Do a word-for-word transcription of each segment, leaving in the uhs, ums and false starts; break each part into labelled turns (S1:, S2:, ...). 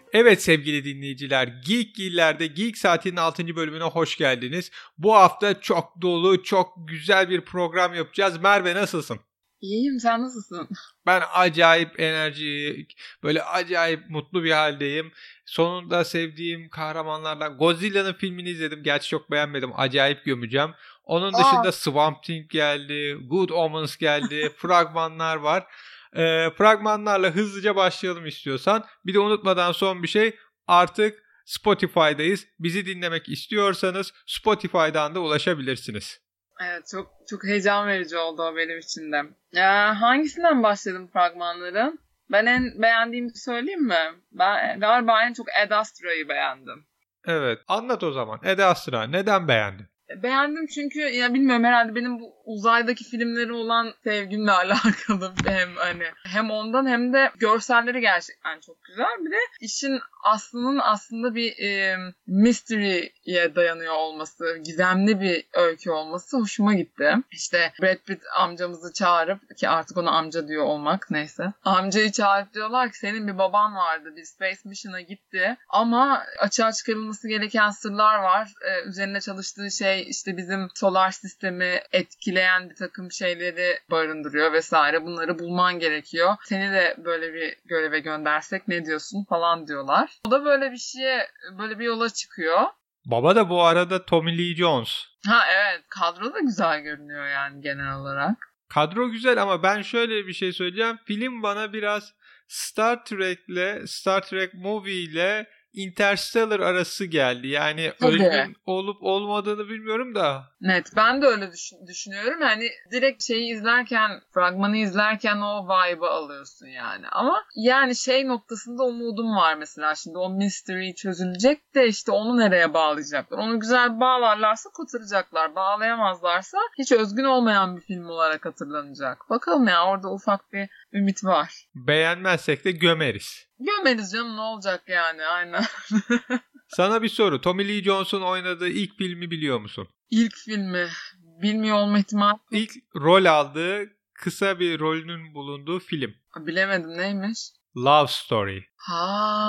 S1: Evet sevgili dinleyiciler, Geek Giller'de Geek Saati'nin altıncı bölümüne hoş geldiniz. Bu hafta çok dolu, çok güzel bir program yapacağız. Merve nasılsın?
S2: İyiyim, sen nasılsın?
S1: Ben acayip enerji, böyle acayip mutlu bir haldeyim. Sonunda sevdiğim kahramanlardan Godzilla'nın filmini izledim. Gerçi çok beğenmedim, acayip gömeceğim. Onun dışında Aa. Swamp Thing geldi, Good Omens geldi, fragmanlar var. E, fragmanlarla hızlıca başlayalım istiyorsan. Bir de unutmadan son bir şey, artık Spotify'dayız. Bizi dinlemek istiyorsanız Spotify'dan da ulaşabilirsiniz.
S2: Evet, çok çok heyecan verici oldu o benim için de. Ya, hangisinden başladım fragmanların? Ben en beğendiğimi söyleyeyim mi? Ben galiba en çok Ad Astra'yı beğendim.
S1: Evet, anlat o zaman. Ad Astra neden beğendin?
S2: Beğendim çünkü ya bilmiyorum, herhalde benim bu uzaydaki filmleri olan sevgimle alakalı, hem hani hem ondan hem de görselleri gerçekten çok güzel. Bir de işin aslının aslında bir e, mystery'ye dayanıyor olması, gizemli bir öykü olması hoşuma gitti. İşte Brad Pitt amcamızı çağırıp, ki artık ona amca diyor olmak neyse. Amcayı çağırıp diyorlar ki senin bir baban vardı, bir Space Mission'a gitti ama açığa çıkarılması gereken sırlar var. Ee, üzerine çalıştığı şey işte bizim solar sistemi etkileyen bir takım şeyleri barındırıyor vesaire. Bunları bulman gerekiyor. Seni de böyle bir göreve göndersek ne diyorsun falan diyorlar. O da böyle bir şeye, böyle bir yola çıkıyor.
S1: Baba da bu arada Tommy Lee Jones.
S2: Ha evet, kadro da güzel görünüyor yani genel olarak.
S1: Kadro güzel ama ben şöyle bir şey söyleyeceğim. Film bana biraz Star Trek'le, Star Trek Movie ile Interstellar arası geldi. Yani
S2: Tabii.
S1: Özgün olup olmadığını bilmiyorum da.
S2: Net. Ben de öyle düşün- düşünüyorum. Hani direkt şeyi izlerken, fragmanı izlerken o vibe'ı alıyorsun yani. Ama yani şey noktasında umudum var mesela. Şimdi o mystery çözülecek de işte onu nereye bağlayacaklar? Onu güzel bağlarlarsa kurtaracaklar. Bağlayamazlarsa hiç özgün olmayan bir film olarak hatırlanacak. Bakalım ya, orada ufak bir ümit var.
S1: Beğenmezsek de gömeriz.
S2: Gömeriz canım, ne olacak yani, aynen.
S1: Sana bir soru. Tommy Lee Jones'un oynadığı ilk filmi biliyor musun?
S2: İlk filmi. Bilmiyor olma ihtimali.
S1: İlk rol aldığı, kısa bir rolünün bulunduğu film.
S2: Bilemedim, neymiş?
S1: Love Story.
S2: Ha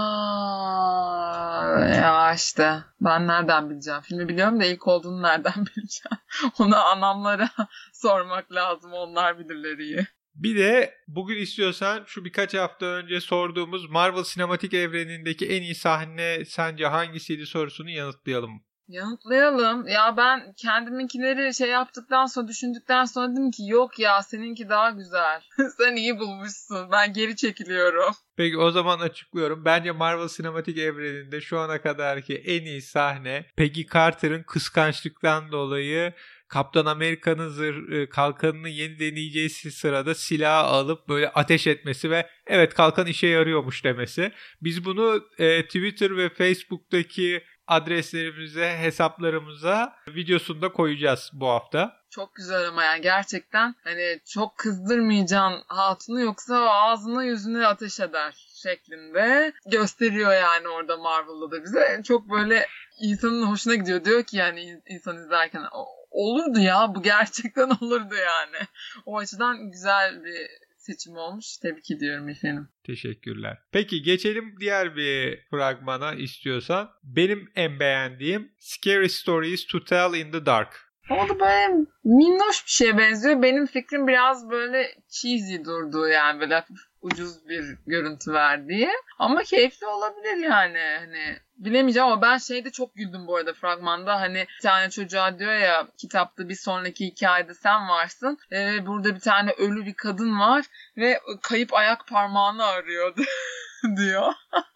S2: ya işte ben nereden bileceğim? Filmi biliyorum da ilk olduğunu nereden bileceğim? Onu anamlara sormak lazım, onlar bilirler iyi.
S1: Bir de bugün istiyorsan şu birkaç hafta önce sorduğumuz Marvel Sinematik Evreni'ndeki en iyi sahne sence hangisiydi sorusunu yanıtlayalım.
S2: Yanıtlayalım. Ya ben kendiminkileri şey yaptıktan sonra, düşündükten sonra dedim ki yok ya, seninki daha güzel. Sen iyi bulmuşsun. Ben geri çekiliyorum.
S1: Peki o zaman açıklıyorum. Bence Marvel Sinematik Evreni'nde şu ana kadarki en iyi sahne Peggy Carter'ın kıskançlıktan dolayı Kaptan Amerika'nın zırh kalkanını yeni deneyeceği sırada silahı alıp böyle ateş etmesi ve evet kalkan işe yarıyormuş demesi. Biz bunu e, Twitter ve Facebook'taki adreslerimize, hesaplarımıza videosunu da koyacağız bu hafta.
S2: Çok güzel ama yani gerçekten hani çok kızdırmayacaksın hatunu, yoksa ağzına yüzüne ateş eder şeklinde gösteriyor yani orada Marvel'da da bize. Çok böyle insanın hoşuna gidiyor. Diyor ki yani insan izlerken olurdu ya, bu gerçekten olurdu yani. O açıdan güzel bir seçim olmuş. Tebrik ediyorum efendim.
S1: Teşekkürler. Peki geçelim diğer bir fragmana istiyorsan. Benim en beğendiğim Scary Stories to Tell in the Dark.
S2: O da böyle minnoş bir şeye benziyor. Benim fikrim biraz böyle cheesy durdu yani, böyle hafif ucuz bir görüntü verdiği. Ama keyifli olabilir yani. Hani bilemeyeceğim ama ben şeyde çok güldüm bu arada fragmanda. Hani bir tane çocuğa diyor ya, kitapta bir sonraki hikayede sen varsın. Ee, burada bir tane ölü bir kadın var ve kayıp ayak parmağını arıyor diyor.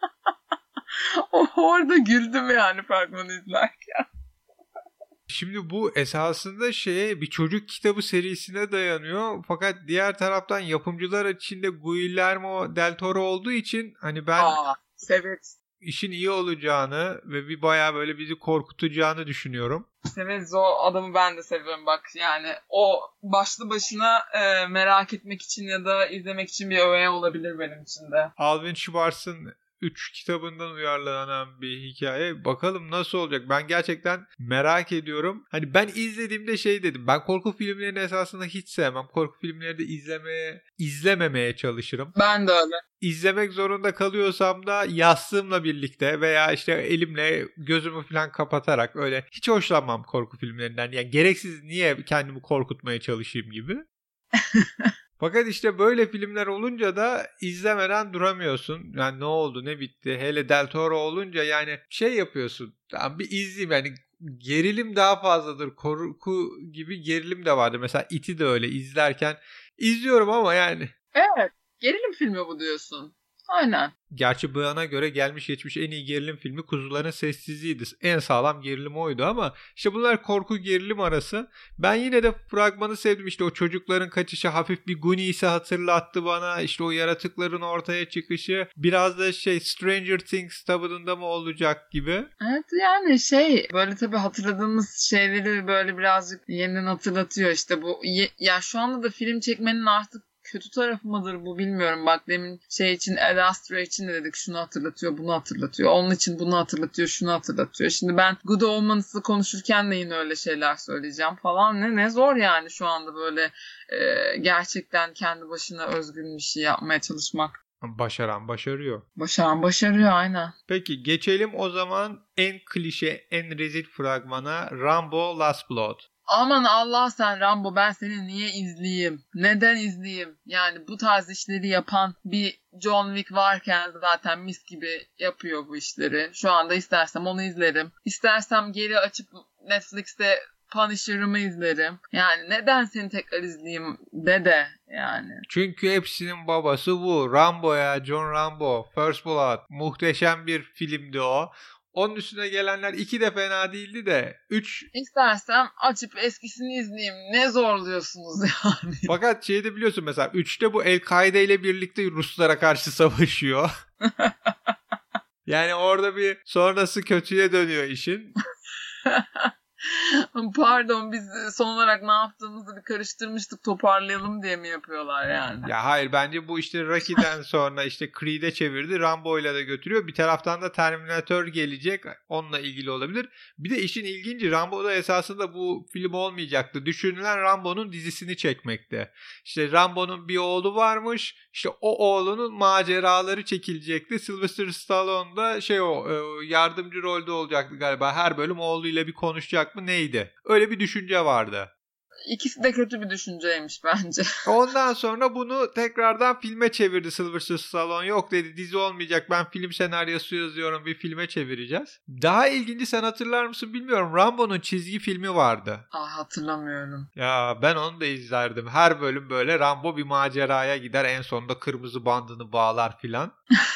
S2: Orada güldüm yani fragmanı izlerken.
S1: Şimdi bu esasında şeye, bir çocuk kitabı serisine dayanıyor. Fakat diğer taraftan yapımcılar içinde Guillermo del Toro olduğu için hani ben
S2: Aa, severiz.
S1: işin iyi olacağını ve bir bayağı böyle bizi korkutacağını düşünüyorum.
S2: Severiz, o adamı ben de seviyorum bak. Yani o başlı başına e, merak etmek için ya da izlemek için bir öğe olabilir benim için de.
S1: Alvin Schwartz'ın üç kitabından uyarlanan bir hikaye. Bakalım nasıl olacak? Ben gerçekten merak ediyorum. Hani ben izlediğimde şey dedim. Ben korku filmlerini esasında hiç sevmem. Korku filmleri de izlemeye, izlememeye çalışırım.
S2: Ben de öyle.
S1: İzlemek zorunda kalıyorsam da yastığımla birlikte veya işte elimle gözümü falan kapatarak, öyle hiç hoşlanmam korku filmlerinden. Yani gereksiz, niye kendimi korkutmaya çalışayım gibi. Fakat işte böyle filmler olunca da izlemeden duramıyorsun. Yani ne oldu, ne bitti? Hele Del Toro olunca yani şey yapıyorsun. Tamam, bir izleyeyim yani. Gerilim daha fazladır. Korku gibi gerilim de vardır. Mesela It'i de öyle izlerken izliyorum ama yani.
S2: Evet. Gerilim filmi bu diyorsun. Aynen.
S1: Gerçi bana göre gelmiş geçmiş en iyi gerilim filmi Kuzuların Sessizliği'ydi. En sağlam gerilim oydu ama işte bunlar korku gerilim arası. Ben yine de fragmanı sevdim. İşte o çocukların kaçışı hafif bir Goonies'i hatırlattı bana. İşte o yaratıkların ortaya çıkışı biraz da şey Stranger Things tadında mı olacak gibi.
S2: Evet, yani şey böyle tabii hatırladığımız şeyleri böyle birazcık yeniden hatırlatıyor. İşte bu ya şu anda da film çekmenin artık kötü tarafı mıdır bu bilmiyorum. Bak demin şey için Ad Astra için de dedik şunu hatırlatıyor, bunu hatırlatıyor. Onun için bunu hatırlatıyor, şunu hatırlatıyor. Şimdi ben Good Omens'ı konuşurken de yine öyle şeyler söyleyeceğim falan. Ne ne zor yani şu anda böyle e, gerçekten kendi başına özgün bir şey yapmaya çalışmak.
S1: Başaran başarıyor.
S2: Başaran başarıyor aynen.
S1: Peki geçelim o zaman en klişe, en rezil fragmana, Rambo Last Blood.
S2: Aman Allah sen Rambo, ben seni niye izleyeyim? Neden izleyeyim? Yani bu tarz işleri yapan bir John Wick varken zaten mis gibi yapıyor bu işleri. Şu anda istersem onu izlerim. İstersem geri açıp Netflix'te Punisher'ımı izlerim. Yani neden seni tekrar izleyeyim dede yani.
S1: Çünkü hepsinin babası bu. Rambo ya, John Rambo. First Blood. Muhteşem bir filmdi o. Onun üstüne gelenler iki de fena değildi de üç...
S2: İstersem açıp eskisini izleyeyim. Ne zorluyorsunuz yani.
S1: Fakat şeyde biliyorsun mesela üçte bu El-Kaide ile birlikte Ruslara karşı savaşıyor. Yani orada bir sonrası kötüye dönüyor işin.
S2: Pardon, biz son olarak ne yaptığımızı bir karıştırmıştık, toparlayalım diye mi yapıyorlar yani?
S1: Ya hayır, bence bu işte Rocky'den sonra işte Creed'e çevirdi. Rambo'yla da götürüyor. Bir taraftan da Terminator gelecek. Onunla ilgili olabilir. Bir de işin ilginci, Rambo'da esasında bu film olmayacaktı. Düşünülen Rambo'nun dizisini çekmekte. İşte Rambo'nun bir oğlu varmış. İşte o oğlunun maceraları çekilecekti. Sylvester Stallone da şey o yardımcı rolde olacaktı galiba. Her bölüm oğluyla bir konuşacak mı neydi? Öyle bir düşünce vardı.
S2: İkisi de kötü bir düşünceymiş bence.
S1: Ondan sonra bunu tekrardan filme çevirdi Sylvester Stallone. Yok dedi, dizi olmayacak, ben film senaryosu yazıyorum, bir filme çevireceğiz. Daha ilginci, sen hatırlar mısın bilmiyorum, Rambo'nun çizgi filmi vardı.
S2: Ah, hatırlamıyorum.
S1: Ya ben onu da izlerdim. Her bölüm böyle Rambo bir maceraya gider, en sonunda kırmızı bandını bağlar filan.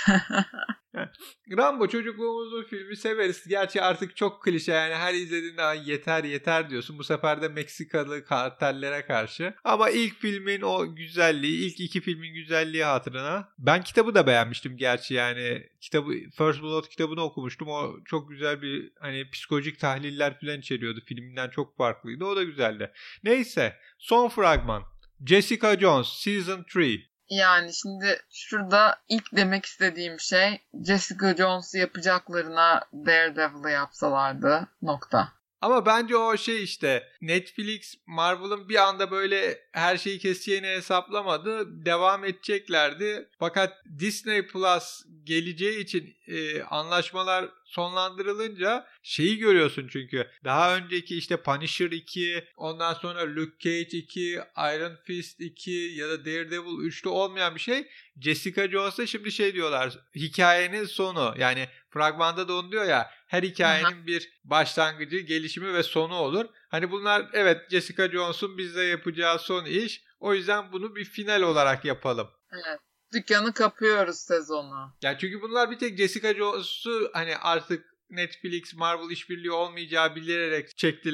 S1: Rambo çocukluğumuzun filmi, severiz. Gerçi artık çok klişe yani, her izlediğinde yeter yeter diyorsun. Bu sefer de Meksikalı kartellere karşı. Ama ilk filmin o güzelliği, ilk iki filmin güzelliği hatırına. Ben kitabı da beğenmiştim gerçi yani. Kitabı, First Blood kitabını okumuştum. O çok güzel bir hani psikolojik tahliller falan içeriyordu. Filminden çok farklıydı. O da güzeldi. Neyse, son fragman. Jessica Jones Season üç.
S2: Yani şimdi şurada ilk demek istediğim şey, Jessica Jones'u yapacaklarına Daredevil'ı yapsalardı. Nokta.
S1: Ama bence o şey işte Netflix, Marvel'ın bir anda böyle her şeyi keseceğini hesaplamadı. Devam edeceklerdi. Fakat Disney Plus geleceği için e, anlaşmalar sonlandırılınca şeyi görüyorsun çünkü. Daha önceki işte Punisher iki, ondan sonra Luke Cage iki, Iron Fist iki ya da Daredevil üçte olmayan bir şey. Jessica Jones'a şimdi şey diyorlar, hikayenin sonu. Yani fragmanda da onu diyor ya, her hikayenin Aha. bir başlangıcı, gelişimi ve sonu olur. Hani bunlar evet Jessica Jones'un bizde yapacağı son iş. O yüzden bunu bir final olarak yapalım.
S2: Evet. Dükkanı kapıyoruz sezonu.
S1: Ya çünkü bunlar bir tek Jessica Jones'u hani artık Netflix, Marvel işbirliği olmayacağı bilerek çektiler.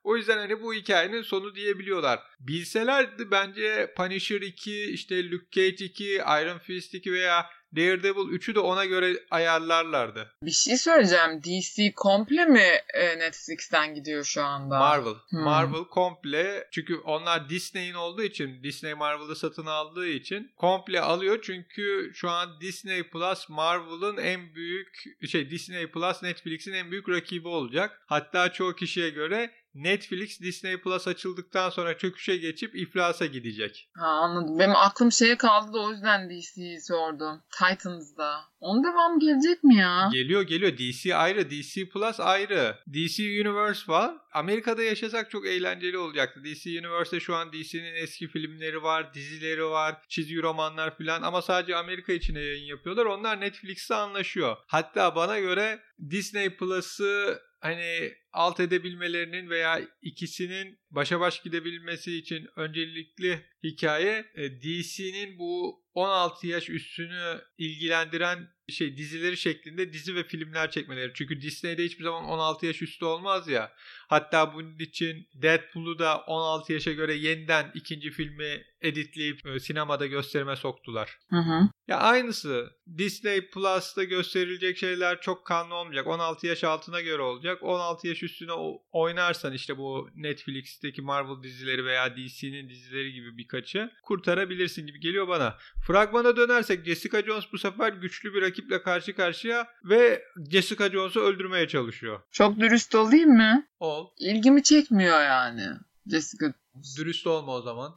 S1: O yüzden hani bu hikayenin sonu diyebiliyorlar. Bilselerdi bence Punisher iki, işte Luke Cage iki, Iron Fist iki veya Daredevil üçü de ona göre ayarlarlardı.
S2: Bir şey söyleyeceğim. D C komple mi e, Netflix'ten gidiyor şu anda?
S1: Marvel.
S2: Hmm.
S1: Marvel komple. Çünkü onlar Disney'in olduğu için, Disney Marvel'ı satın aldığı için komple alıyor. Çünkü şu an Disney Plus Marvel'ın en büyük şey Disney Plus Netflix'in en büyük rakibi olacak. Hatta çoğu kişiye göre Netflix Disney Plus açıldıktan sonra çöküşe geçip iflasa gidecek.
S2: Ha, anladım. Benim aklım şeye kaldı da o yüzden D C'yi sordum. Titans'da. Onun devamı gelecek mi ya?
S1: Geliyor geliyor. D C ayrı. D C Plus ayrı. D C Universe var. Amerika'da yaşasak çok eğlenceli olacaktı. D C Universe'de şu an D C'nin eski filmleri var, dizileri var, çizgi romanlar falan ama sadece Amerika için yayın yapıyorlar. Onlar Netflix'le anlaşıyor. Hatta bana göre Disney Plus'ı hani alt edebilmelerinin veya ikisinin başa baş gidebilmesi için öncelikli hikaye D C'nin bu on altı yaş üstünü ilgilendiren şey dizileri şeklinde dizi ve filmler çekmeleri. Çünkü Disney'de hiçbir zaman on altı yaş üstü olmaz ya. Hatta bunun için Deadpool'u da on altı yaşa göre yeniden ikinci filmi editleyip e, sinemada gösterime soktular.
S2: Hı hı.
S1: Ya aynısı. Disney Plus'ta gösterilecek şeyler çok kanlı olmayacak. on altı yaş altına göre olacak. on altı yaş üstüne oynarsan işte bu Netflix'teki Marvel dizileri veya D C'nin dizileri gibi birkaçı kurtarabilirsin gibi geliyor bana. Fragmana dönersek Jessica Jones bu sefer güçlü bir rakiple karşı karşıya ve Jessica Jones'u öldürmeye çalışıyor.
S2: Çok dürüst olayım mı?
S1: Ol.
S2: İlgimi çekmiyor yani Jessica Jones.
S1: Dürüst olma o zaman.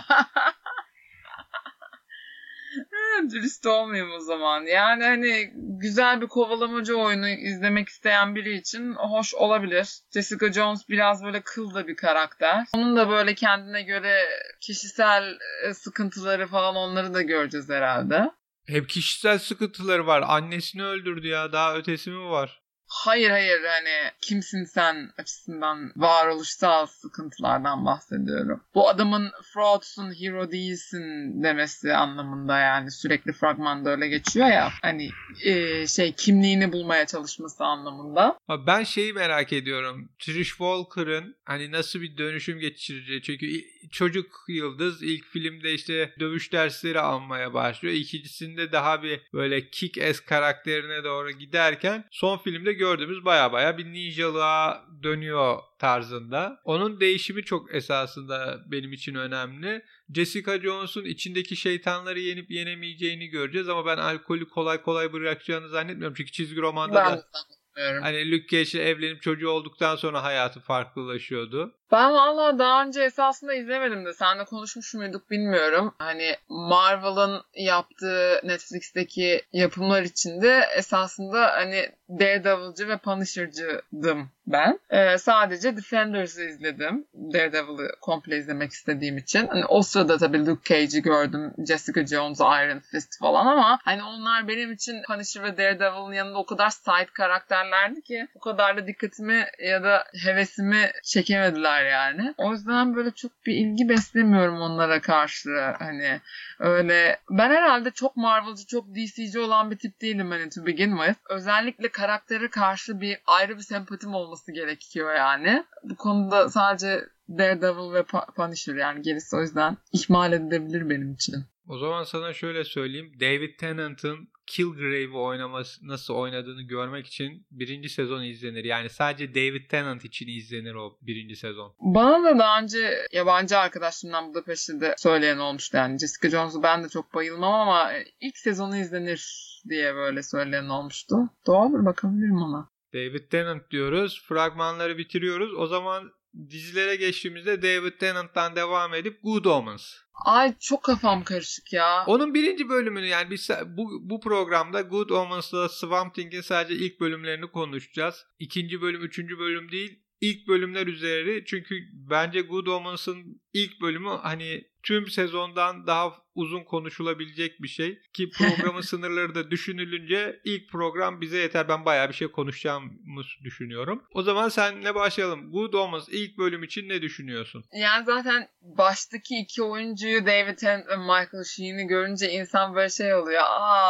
S2: Dürüst olmayayım o zaman. Yani hani güzel bir kovalamacı oyunu izlemek isteyen biri için hoş olabilir. Jessica Jones biraz böyle kıl da bir karakter. Onun da böyle kendine göre kişisel sıkıntıları falan onları da göreceğiz herhalde.
S1: Hep kişisel sıkıntıları var. Annesini öldürdü ya. Daha ötesi mi var?
S2: Hayır hayır hani kimsin sen açısından varoluşsal sıkıntılardan bahsediyorum. Bu adamın fraudsun, hero değilsin demesi anlamında yani sürekli fragmanda öyle geçiyor ya hani e, şey kimliğini bulmaya çalışması anlamında.
S1: Ben şeyi merak ediyorum. Trish Walker'ın hani nasıl bir dönüşüm geçireceği. Çünkü çocuk yıldız ilk filmde işte dövüş dersleri almaya başlıyor. İkincisinde daha bir böyle kick-ass karakterine doğru giderken son filmde gördüğümüz baya baya bir ninjalığa dönüyor tarzında. Onun değişimi çok esasında benim için önemli. Jessica Jones'un içindeki şeytanları yenip yenemeyeceğini göreceğiz ama ben alkolü kolay kolay bırakacağını zannetmiyorum. Çünkü çizgi romanda
S2: ben
S1: da hani Luke Cage'le evlenip çocuğu olduktan sonra hayatı farklılaşıyordu.
S2: Ben valla daha önce esasında izlemedim de seninle konuşmuş muyduk bilmiyorum. Hani Marvel'ın yaptığı Netflix'teki yapımlar içinde esasında hani Daredevil'cı ve Punisher'cıydım ben. Ee, sadece Defenders'ı izledim. Daredevil'ı komple izlemek istediğim için. Hani o sırada tabii Luke Cage'i gördüm. Jessica Jones, Iron Fist falan ama hani onlar benim için Punisher ve Daredevil'ın yanında o kadar side karakterlerdi ki o kadar da dikkatimi ya da hevesimi çekemediler yani. O yüzden böyle çok bir ilgi beslemiyorum onlara karşı. Hani öyle ben herhalde çok Marvel'cı, çok D C'ci olan bir tip değilim hani to begin with. Özellikle karaktere karşı bir ayrı bir sempatim olması gerekiyor yani. Bu konuda sadece Daredevil ve Punisher yani gerisi o yüzden ihmal edilebilir benim için.
S1: O zaman sana şöyle söyleyeyim. David Tennant'ın Kilgrave'i oynaması, nasıl oynadığını görmek için birinci sezon izlenir. Yani sadece David Tennant için izlenir o birinci sezon.
S2: Bana da daha önce yabancı arkadaşımdan Budapeşte'de söyleyen olmuştu. Yani Jessica Jones'u ben de çok bayılmam ama ilk sezonu izlenir diye böyle söyleyen olmuştu. Doğrudur, bakabilirim ona.
S1: David Tennant diyoruz. Fragmanları bitiriyoruz. O zaman dizilere geçtiğimizde David Tennant'tan devam edip Good Omens.
S2: Ay çok kafam karışık ya.
S1: Onun birinci bölümünü yani biz bu, bu programda Good Omens'la Swamp Thing'in sadece ilk bölümlerini konuşacağız. İkinci bölüm, üçüncü bölüm değil. İlk bölümler üzeri çünkü bence Good Omens'ın ilk bölümü hani tüm sezondan daha uzun konuşulabilecek bir şey ki programın sınırları da düşünülünce ilk program bize yeter. Ben bayağı bir şey konuşacağımı düşünüyorum. O zaman seninle başlayalım. Good Omens ilk bölüm için ne düşünüyorsun?
S2: Yani zaten baştaki iki oyuncuyu David Tennant ve Michael Sheen'i görünce insan böyle şey oluyor.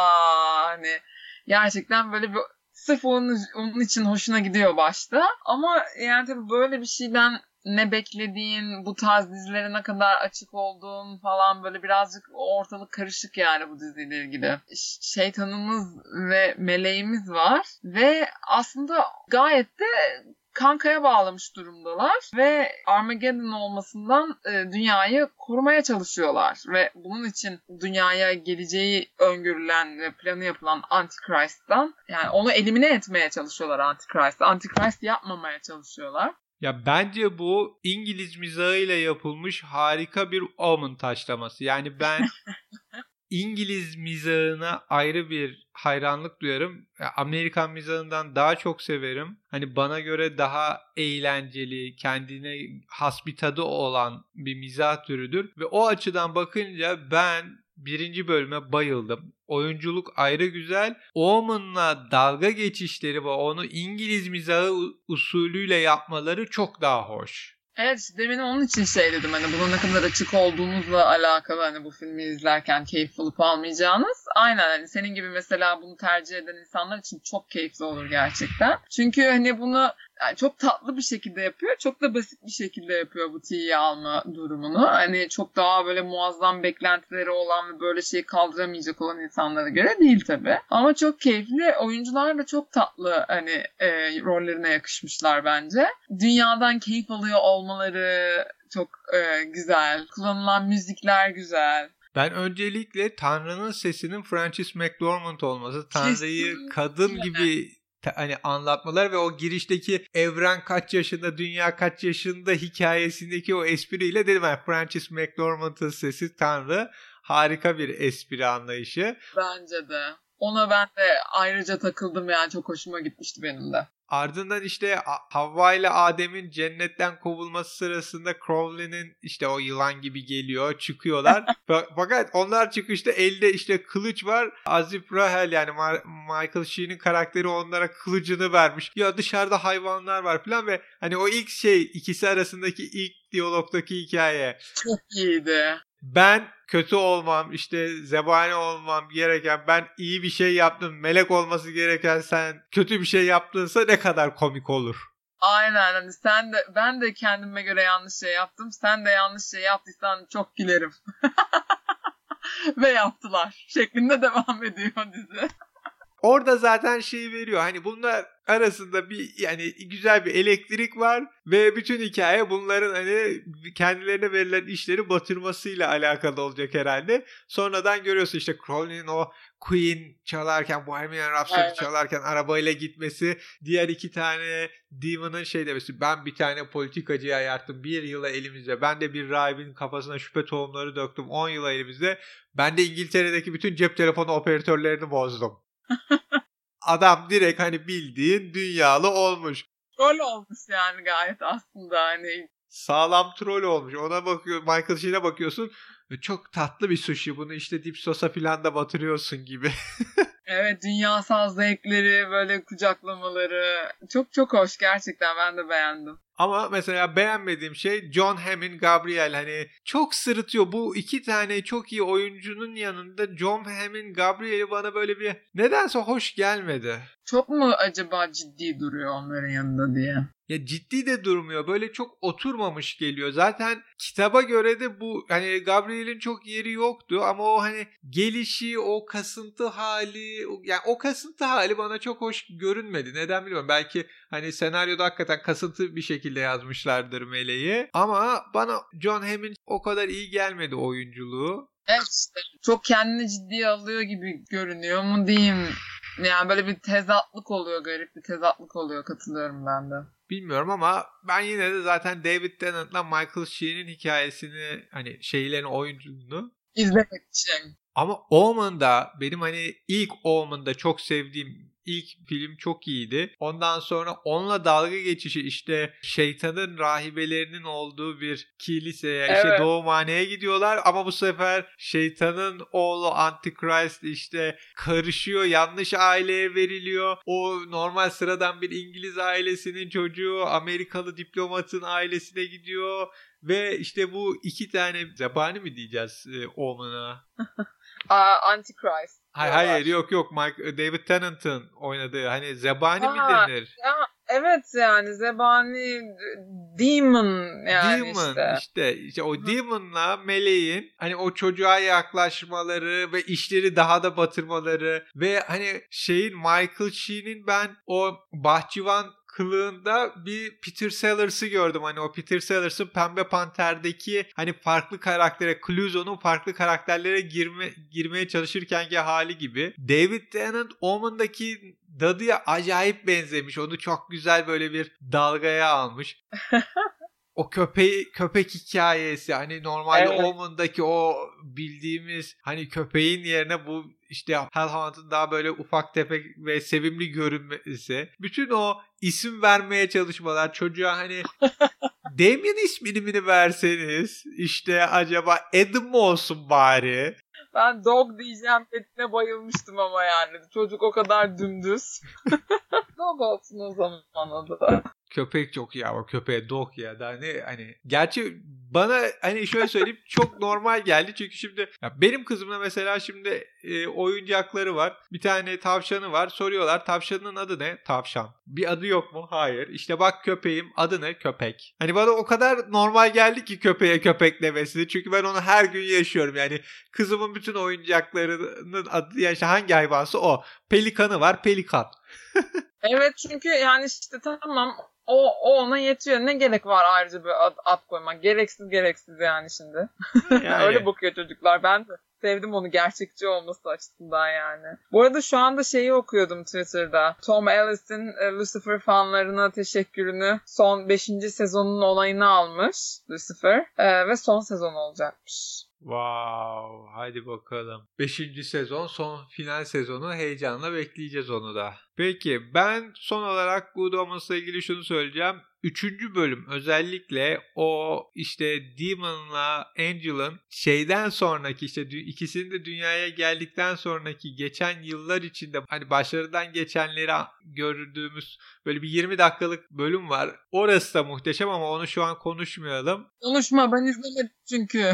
S2: Aa hani gerçekten böyle bir sırf onun, onun için hoşuna gidiyor başta. Ama yani tabii böyle bir şeyden ne beklediğin, bu tarz dizilere ne kadar açık olduğun falan böyle birazcık ortalık karışık yani bu diziyle ilgili. Şeytanımız ve meleğimiz var ve aslında gayet de kankaya bağlamış durumdalar ve Armageddon olmasından e, dünyayı korumaya çalışıyorlar ve bunun için dünyaya geleceği öngörülen ve planı yapılan Antichrist'tan yani onu elimine etmeye çalışıyorlar Antichrist'ı. Antichrist yapmamaya çalışıyorlar.
S1: Ya bence bu İngiliz mizahıyla yapılmış harika bir Omen taşlaması. Yani ben İngiliz mizahına ayrı bir hayranlık duyarım. Amerikan mizahından daha çok severim. Hani bana göre daha eğlenceli, kendine has bir tadı olan bir mizah türüdür. Ve o açıdan bakınca ben birinci bölüme bayıldım. Oyunculuk ayrı güzel. Omen'la dalga geçişleri ve onu İngiliz mizahı usulüyle yapmaları çok daha hoş.
S2: Evet, demin onun için şey dedim hani bunun ne kadar açık olduğunuzla alakalı hani bu filmi izlerken keyif alıp almayacağınız. Aynen hani senin gibi mesela bunu tercih eden insanlar için çok keyifli olur gerçekten. Çünkü hani bunu yani çok tatlı bir şekilde yapıyor. Çok da basit bir şekilde yapıyor bu T'yi alma durumunu. Hani çok daha böyle muazzam beklentileri olan ve böyle şeyi kaldıramayacak olan insanlara göre değil tabii. Ama çok keyifli. Oyuncular da çok tatlı hani e, rollerine yakışmışlar bence. Dünyadan keyif alıyor olmaları çok e, güzel. Kullanılan müzikler güzel.
S1: Ben öncelikle Tanrı'nın sesinin Frances McDormand olması, Tanrı'yı Kesinlikle. kadın gibi hani anlatmalar ve o girişteki evren kaç yaşında, dünya kaç yaşında hikayesindeki o espriyle dedim ben Frances McDormand'ın sesi Tanrı harika bir espri anlayışı.
S2: Bence de. Ona ben de ayrıca takıldım yani çok hoşuma gitmişti benim de.
S1: Ardından işte Havva ile Adem'in cennetten kovulması sırasında Crowley'nin işte o yılan gibi geliyor, çıkıyorlar. Fakat onlar çıkışta elde işte kılıç var. Azif Rahel yani Michael Sheen'in karakteri onlara kılıcını vermiş. Ya dışarıda hayvanlar var falan ve hani o ilk şey ikisi arasındaki ilk diyalogdaki hikaye.
S2: Çok iyiydi.
S1: Ben kötü olmam, işte zebani olmam gereken, ben iyi bir şey yaptım, melek olması gereken sen kötü bir şey yaptınsa ne kadar komik olur.
S2: Aynen hani sen de ben de kendime göre yanlış şey yaptım. Sen de yanlış şey yaptıysan çok gülerim. Ve yaptılar şeklinde devam ediyor dizi.
S1: Orada zaten şey veriyor. Hani bunlar arasında bir yani güzel bir elektrik var ve bütün hikaye bunların hani kendilerine verilen işleri batırmasıyla alakalı olacak herhalde. Sonradan görüyorsun işte Crowley'nin o Queen çalarken, Bohemian Rhapsody evet. çalarken arabayla gitmesi, diğer iki tane Demon'ın şey demesi, ben bir tane politikacıyı ayarttım bir yıla elimizde, ben de bir rahibin kafasına şüphe tohumları döktüm on yıla elimizde, ben de İngiltere'deki bütün cep telefonu operatörlerini bozdum. Adam direkt hani bildiğin dünyalı olmuş.
S2: Troll olmuş yani gayet aslında hani.
S1: Sağlam troll olmuş. Ona bakıyor, Michael Sheen'e bakıyorsun. Çok tatlı bir sushi. Bunu işte dip sosa falan da batırıyorsun gibi.
S2: Evet, dünyasal zevkleri böyle kucaklamaları çok çok hoş gerçekten, ben de beğendim.
S1: Ama mesela beğenmediğim şey John Hamm'in Gabriel, hani çok sırıtıyor. Bu iki tane çok iyi oyuncunun yanında John Hamm'in Gabriel'i bana böyle bir nedense hoş gelmedi.
S2: Çok mu acaba ciddi duruyor onların yanında diye?
S1: Ya ciddi de durmuyor. Böyle çok oturmamış geliyor. Zaten kitaba göre de bu hani Gabriel'in çok yeri yoktu ama o hani gelişi, o kasıntı hali, yani o kasıntı hali bana çok hoş görünmedi. Neden bilmiyorum. Belki hani senaryoda hakikaten kasıntı bir şekilde yazmışlardır Meleği. Ama bana John Hamm'in o kadar iyi gelmedi oyunculuğu.
S2: Evet işte. Çok kendini ciddiye alıyor gibi görünüyor mu diyeyim. Yani böyle bir tezatlık oluyor, garip bir tezatlık oluyor, katılıyorum ben de.
S1: Bilmiyorum ama ben yine de zaten David Tennant'la Michael Sheen'in hikayesini, hani şeylerin oyunculuğunu
S2: izlemek için.
S1: Ama Omen'da benim hani ilk Omen'da çok sevdiğim ilk film çok iyiydi. Ondan sonra onunla dalga geçişi, işte şeytanın rahibelerinin olduğu bir kiliseye, evet. işte doğumhaneye gidiyorlar ama bu sefer şeytanın oğlu Antichrist işte karışıyor, yanlış aileye veriliyor. O normal sıradan bir İngiliz ailesinin çocuğu Amerikalı diplomatın ailesine gidiyor ve işte bu iki tane zebani mi diyeceğiz e, Omen'a?
S2: Antichrist.
S1: Hayır hayır yok yok Mike, David Tennant'ın oynadığı hani zebani ha, mi denir?
S2: Ya, evet yani zebani demon yani
S1: Demon
S2: işte.
S1: işte, işte o demon'la meleğin hani o çocuğa yaklaşmaları ve işleri daha da batırmaları ve hani şeyin Michael Sheen'in ben o bahçıvan kılığında bir Peter Sellers'ı gördüm. Hani o Peter Sellers'ın Pembe Panter'deki hani farklı karaktere, Clouseau'nun farklı karakterlere girme, girmeye çalışırkenki hali gibi. David Tennant Omen'daki dadıya acayip benzemiş. Onu çok güzel böyle bir dalgaya almış. O köpeği, köpek hikayesi hani normalde
S2: Evet.
S1: Omen'daki o bildiğimiz hani köpeğin yerine bu işte Hellhound'un daha böyle ufak tefek ve sevimli görünmesi. Bütün o isim vermeye çalışmalar çocuğa hani Damien ismini mi verseniz işte acaba Adam mı olsun bari?
S2: Ben dog diyeceğim dediğine bayılmıştım ama yani. Çocuk o kadar dümdüz. Dog olsun o zaman adı.
S1: Köpek çok ya, o köpeğe dog ya da hani hani gerçi bana hani şöyle söyleyeyim çok normal geldi çünkü şimdi ya benim kızımla mesela şimdi e, oyuncakları var, bir tane tavşanı var, soruyorlar tavşanın adı ne? Tavşan. Bir adı yok mu? Hayır. İşte bak köpeğim adı ne? Köpek. Hani bana o kadar normal geldi ki köpeğe köpek demesi çünkü ben onu her gün yaşıyorum yani kızımın bütün oyuncaklarının adı yani işte hangi hayvansa o. Pelikanı var, pelikan.
S2: Evet çünkü yani işte tamam o, o ona yetiyor. Ne gerek var ayrıca bir ad, ad koymak? Gereksiz gereksiz yani şimdi.
S1: Yani.
S2: Öyle bakıyor çocuklar. Ben de sevdim onu gerçekçi olması açısından yani. Bu arada şu anda şeyi okuyordum Twitter'da. Tom Ellis'in e, Lucifer fanlarına teşekkürünü son beşinci sezonun onayını almış Lucifer. E, ve son sezon olacakmış.
S1: Wow, hadi bakalım. Beşinci sezon, son final sezonu, heyecanla bekleyeceğiz onu da. Peki ben son olarak Good Omens'la ilgili şunu söyleyeceğim. Üçüncü bölüm özellikle o işte Demon'la Angel'ın şeyden sonraki işte ikisinin de dünyaya geldikten sonraki geçen yıllar içinde hani başlarından geçenleri gördüğümüz böyle bir yirmi dakikalık bölüm var. Orası da muhteşem ama onu şu an konuşmayalım.
S2: Konuşma, ben izlemedim çünkü.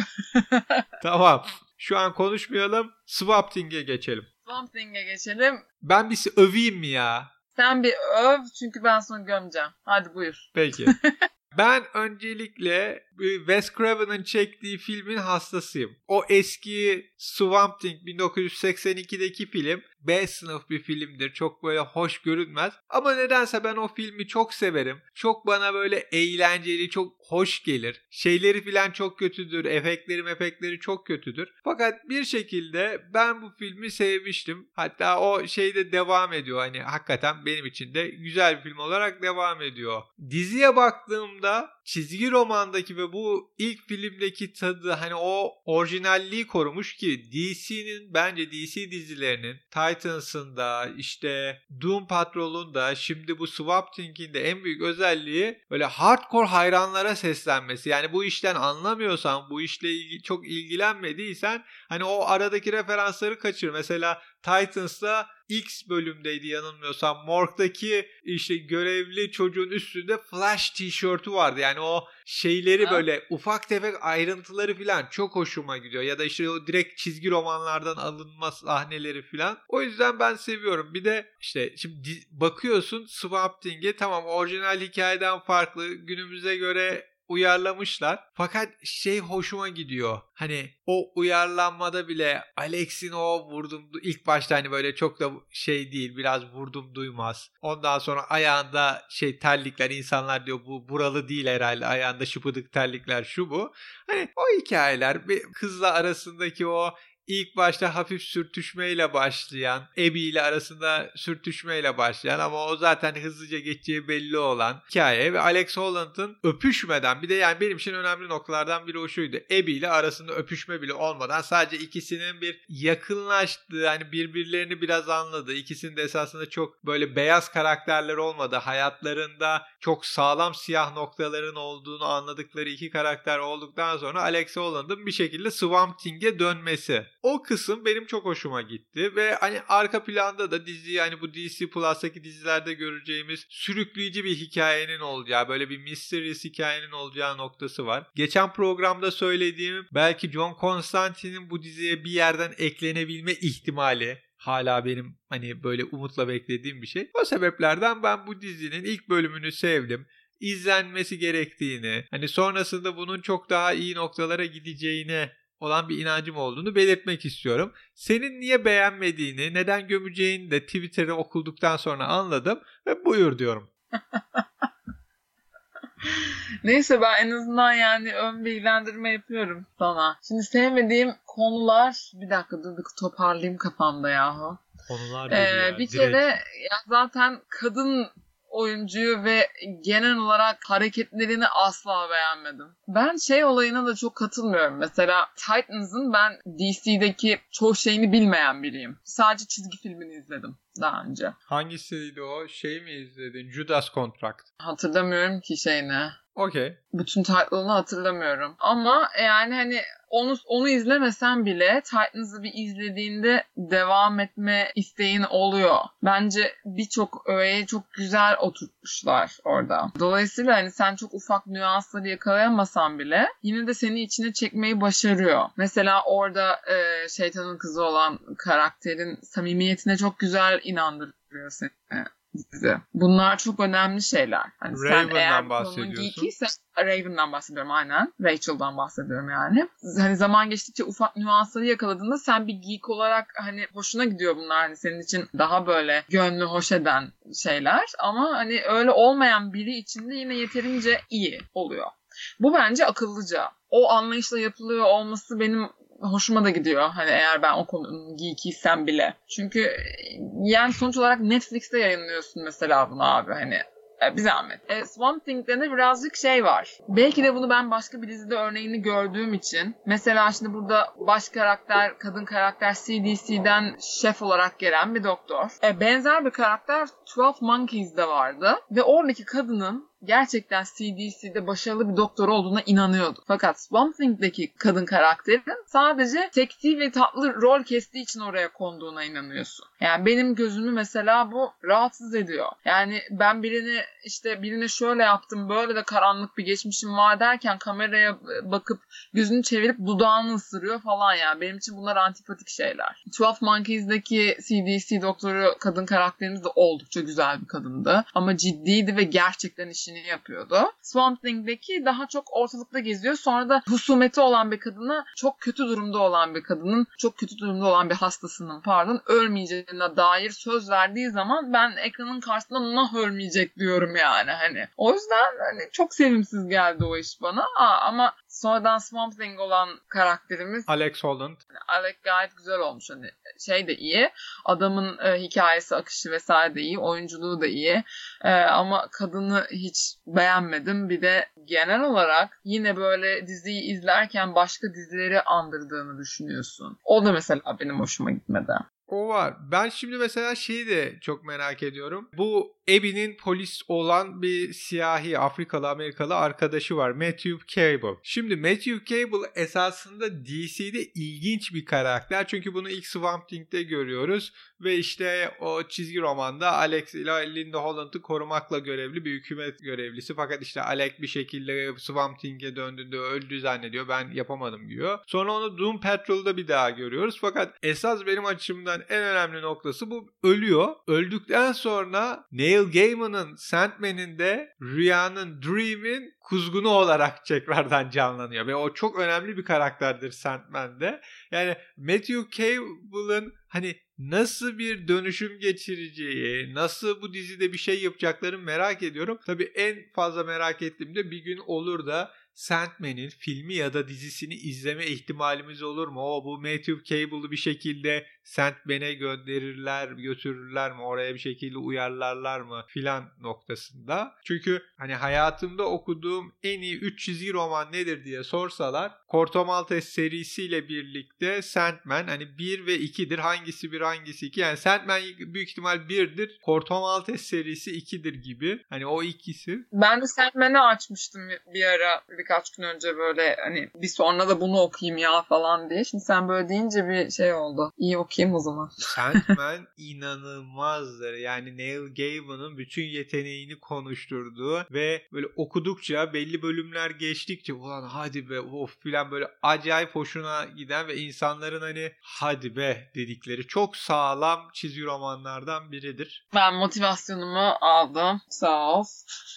S1: Tamam. Şu an konuşmayalım. Swamp Thing'e geçelim.
S2: Swamp Thing'e geçelim.
S1: Ben bir öveyim mi ya?
S2: Sen bir öv çünkü ben sonra gömeceğim. Hadi buyur.
S1: Peki. Ben öncelikle Wes Craven'ın çektiği filmin hastasıyım. O eski Swamp Thing bin dokuz yüz seksen ikideki film B sınıf bir filmdir. Çok böyle hoş görünmez. Ama nedense ben o filmi çok severim. Çok bana böyle eğlenceli, çok hoş gelir. Şeyleri falan çok kötüdür. Efektleri efektleri çok kötüdür. Fakat bir şekilde ben bu filmi sevmiştim. Hatta o şeyde devam ediyor. Hani hakikaten benim için de güzel bir film olarak devam ediyor. Diziye baktığımda çizgi romandaki ve bu ilk filmdeki tadı hani o orijinalliği korumuş ki D C'nin bence D C dizilerinin Titans'ın da işte Doom Patrol'un da şimdi bu Swamp Thing'in de en büyük özelliği böyle hardcore hayranlara seslenmesi. Yani bu işten anlamıyorsan, bu işle ilgi, çok ilgilenmediysen hani o aradaki referansları kaçır. Mesela Titans'ta X bölümdeydi yanılmıyorsam. Morg'daki işte görevli çocuğun üstünde Flash tişörtü vardı. Yani o şeyleri ha? Böyle ufak tefek ayrıntıları falan çok hoşuma gidiyor. Ya da işte o direkt çizgi romanlardan alınma sahneleri falan. O yüzden ben seviyorum. Bir de işte şimdi bakıyorsun Swamp Thing'e, tamam orijinal hikayeden farklı, günümüze göre uyarlamışlar. Fakat şey hoşuma gidiyor. Hani o uyarlanmada bile Alex'in o vurdum ilk başta hani böyle çok da şey değil, biraz vurdum duymaz. Ondan sonra ayağında şey terlikler, insanlar diyor bu buralı değil herhalde, ayağında şıpıdık terlikler şu bu. Hani o hikayeler bir kızla arasındaki o İlk başta hafif sürtüşmeyle başlayan, Abby ile arasında sürtüşmeyle başlayan ama o zaten hızlıca geçeceği belli olan hikaye ve Alex Holland'ın öpüşmeden, bir de yani benim için önemli noktalardan biri o şuydu. Abby ile arasında öpüşme bile olmadan sadece ikisinin bir yakınlaştığı, hani birbirlerini biraz anladığı, ikisinin de esasında çok böyle beyaz karakterler olmadı, hayatlarında çok sağlam siyah noktaların olduğunu anladıkları iki karakter olduktan sonra Alex Holland'ın bir şekilde Swamp Thing'e dönmesi. O kısım benim çok hoşuma gitti ve hani arka planda da diziyi hani bu D C Plus'taki dizilerde göreceğimiz sürükleyici bir hikayenin olacağı, böyle bir mysterious hikayenin olacağı noktası var. Geçen programda söylediğim belki John Constantine'in bu diziye bir yerden eklenebilme ihtimali, hala benim hani böyle umutla beklediğim bir şey. O sebeplerden ben bu dizinin ilk bölümünü sevdim. İzlenmesi gerektiğini, hani sonrasında bunun çok daha iyi noktalara gideceğine olan bir inancım olduğunu belirtmek istiyorum. Senin niye beğenmediğini, neden gömeceğini de Twitter'da okuduktan sonra anladım ve buyur diyorum.
S2: Neyse ben en azından yani ön bilgilendirme yapıyorum sana. Şimdi sevmediğim konular, bir dakika dur bir toparlayayım kafamda yahu.
S1: Konular
S2: ee,
S1: ya,
S2: bir
S1: direkt.
S2: kere ya zaten kadın oyuncuyu ve genel olarak hareketlerini asla beğenmedim. Ben şey olayına da çok katılmıyorum. Mesela Titans'ın ben D C'deki çoğu şeyini bilmeyen biriyim. Sadece çizgi filmini izledim daha önce.
S1: Hangisiydi o? Şey mi izledin? Judas Contract.
S2: Hatırlamıyorum ki şeyini.
S1: Okey.
S2: Bütün title'ını hatırlamıyorum. Ama yani hani onu onu izlemesen bile Titans'ı bir izlediğinde devam etme isteğin oluyor. Bence birçok öğeyi çok güzel oturtmuşlar orada. Dolayısıyla hani sen çok ufak nüansları yakalayamasan bile yine de seni içine çekmeyi başarıyor. Mesela orada e, şeytanın kızı olan karakterin samimiyetine çok güzel inandırıyor seni. Dizi. Bunlar çok önemli şeyler. Hani sen eğer konunun geekiysen Raven'dan bahsediyorum aynen. Rachel'dan bahsediyorum yani. Hani zaman geçtikçe ufak nüansları yakaladığında sen bir geek olarak hani hoşuna gidiyor bunlar. Hani senin için daha böyle gönlü hoş eden şeyler. Ama hani öyle olmayan biri için de yine yeterince iyi oluyor. Bu bence akıllıca. O anlayışla yapılıyor olması benim hoşuma da gidiyor. Hani eğer ben o konunun geekiysem bile. Çünkü yani sonuç olarak Netflix'te yayınlıyorsun mesela bunu abi hani. Bir zahmet. E, Swamp Thing'de de birazcık şey var. Belki de bunu ben başka bir dizide örneğini gördüğüm için. Mesela şimdi burada baş karakter, kadın karakter C D C'den şef olarak gelen bir doktor. E, benzer bir karakter Twelve Monkeys'de vardı. Ve oradaki kadının gerçekten C D C'de başarılı bir doktor olduğuna inanıyordu. Fakat Swamp Thing'deki kadın karakterin sadece seksi ve tatlı rol kestiği için oraya konduğuna inanıyorsun. Yani benim gözümü mesela bu rahatsız ediyor. Yani ben birini işte birine şöyle yaptım, böyle de karanlık bir geçmişim var derken kameraya bakıp gözünü çevirip dudağını ısırıyor falan yani. Benim için bunlar antipatik şeyler. Twelve Monkeys'deki C D C doktoru kadın karakterimiz de oldukça güzel bir kadındı. Ama ciddiydi ve gerçekten işini yapıyordu. Swamp Thing'deki daha çok ortalıkta geziyor. Sonra da husumeti olan bir kadına, çok kötü durumda olan bir kadının, çok kötü durumda olan bir hastasının pardon ölmeyeceğine dair söz verdiği zaman ben ekranın karşısında nah ölmeyecek diyorum yani hani. O yüzden hani çok sevimsiz geldi o iş bana. Aa, ama sonradan Swamp Thing olan karakterimiz
S1: Alex Holland.
S2: Alex gayet güzel olmuş. Hani şey de iyi. Adamın e, hikayesi, akışı vesaire de iyi. Oyunculuğu da iyi. E, ama kadını hiç beğenmedim. Bir de genel olarak yine böyle diziyi izlerken başka dizileri andırdığını düşünüyorsun. O da mesela benim hoşuma gitmedi.
S1: O var. Ben şimdi mesela şeyi de çok merak ediyorum. Bu Abby'nin polis olan bir siyahi Afrikalı Amerikalı arkadaşı var. Matthew Cable. Şimdi Matthew Cable esasında D C'de ilginç bir karakter. Çünkü bunu ilk Swamp Thing'de görüyoruz. Ve işte o çizgi romanda Alex ile Linda Holland'ı korumakla görevli bir hükümet görevlisi. Fakat işte Alex bir şekilde Swamp Thing'e döndüğünde öldü zannediyor. Ben yapamadım diyor. Sonra onu Doom Patrol'da bir daha görüyoruz. Fakat esas benim açımdan en önemli noktası bu: ölüyor. Öldükten sonra Neil Gaiman'ın Sandman'in de Rüyanın, Dream'in kuzgunu olarak tekrardan canlanıyor. Ve o çok önemli bir karakterdir Sandman'de. Yani Matthew Cable'ın hani nasıl bir dönüşüm geçireceği, nasıl bu dizide bir şey yapacaklarını merak ediyorum. Tabii en fazla merak ettiğim de bir gün olur da Sandman'in filmi ya da dizisini izleme ihtimalimiz olur mu? O bu Matthew Cable'ı bir şekilde Sandman'e gönderirler, götürürler mi? Oraya bir şekilde uyarlarlar mı? Filan noktasında. Çünkü hani hayatımda okuduğum en iyi üç çizgi roman nedir diye sorsalar, Corto Maltese serisiyle birlikte Sandman hani bir ve ikidir. Hangisi bir hangisi iki? Yani Sandman büyük ihtimal birdir. Corto Maltese serisi ikidir gibi. Hani o ikisi.
S2: Ben de Sandman'i açmıştım bir ara birkaç gün önce böyle hani bir sonra da bunu okuyayım ya falan diye. Şimdi sen böyle deyince bir şey oldu. İyi okuyayım o zaman.
S1: Sandman inanılmazdır. Yani Neil Gaiman'ın bütün yeteneğini konuşturduğu ve böyle okudukça belli bölümler geçtikçe ulan hadi be of filan böyle acayip hoşuna giden ve insanların hani hadi be dedikleri çok sağlam çizgi romanlardan biridir.
S2: Ben motivasyonumu aldım. Sağ ol.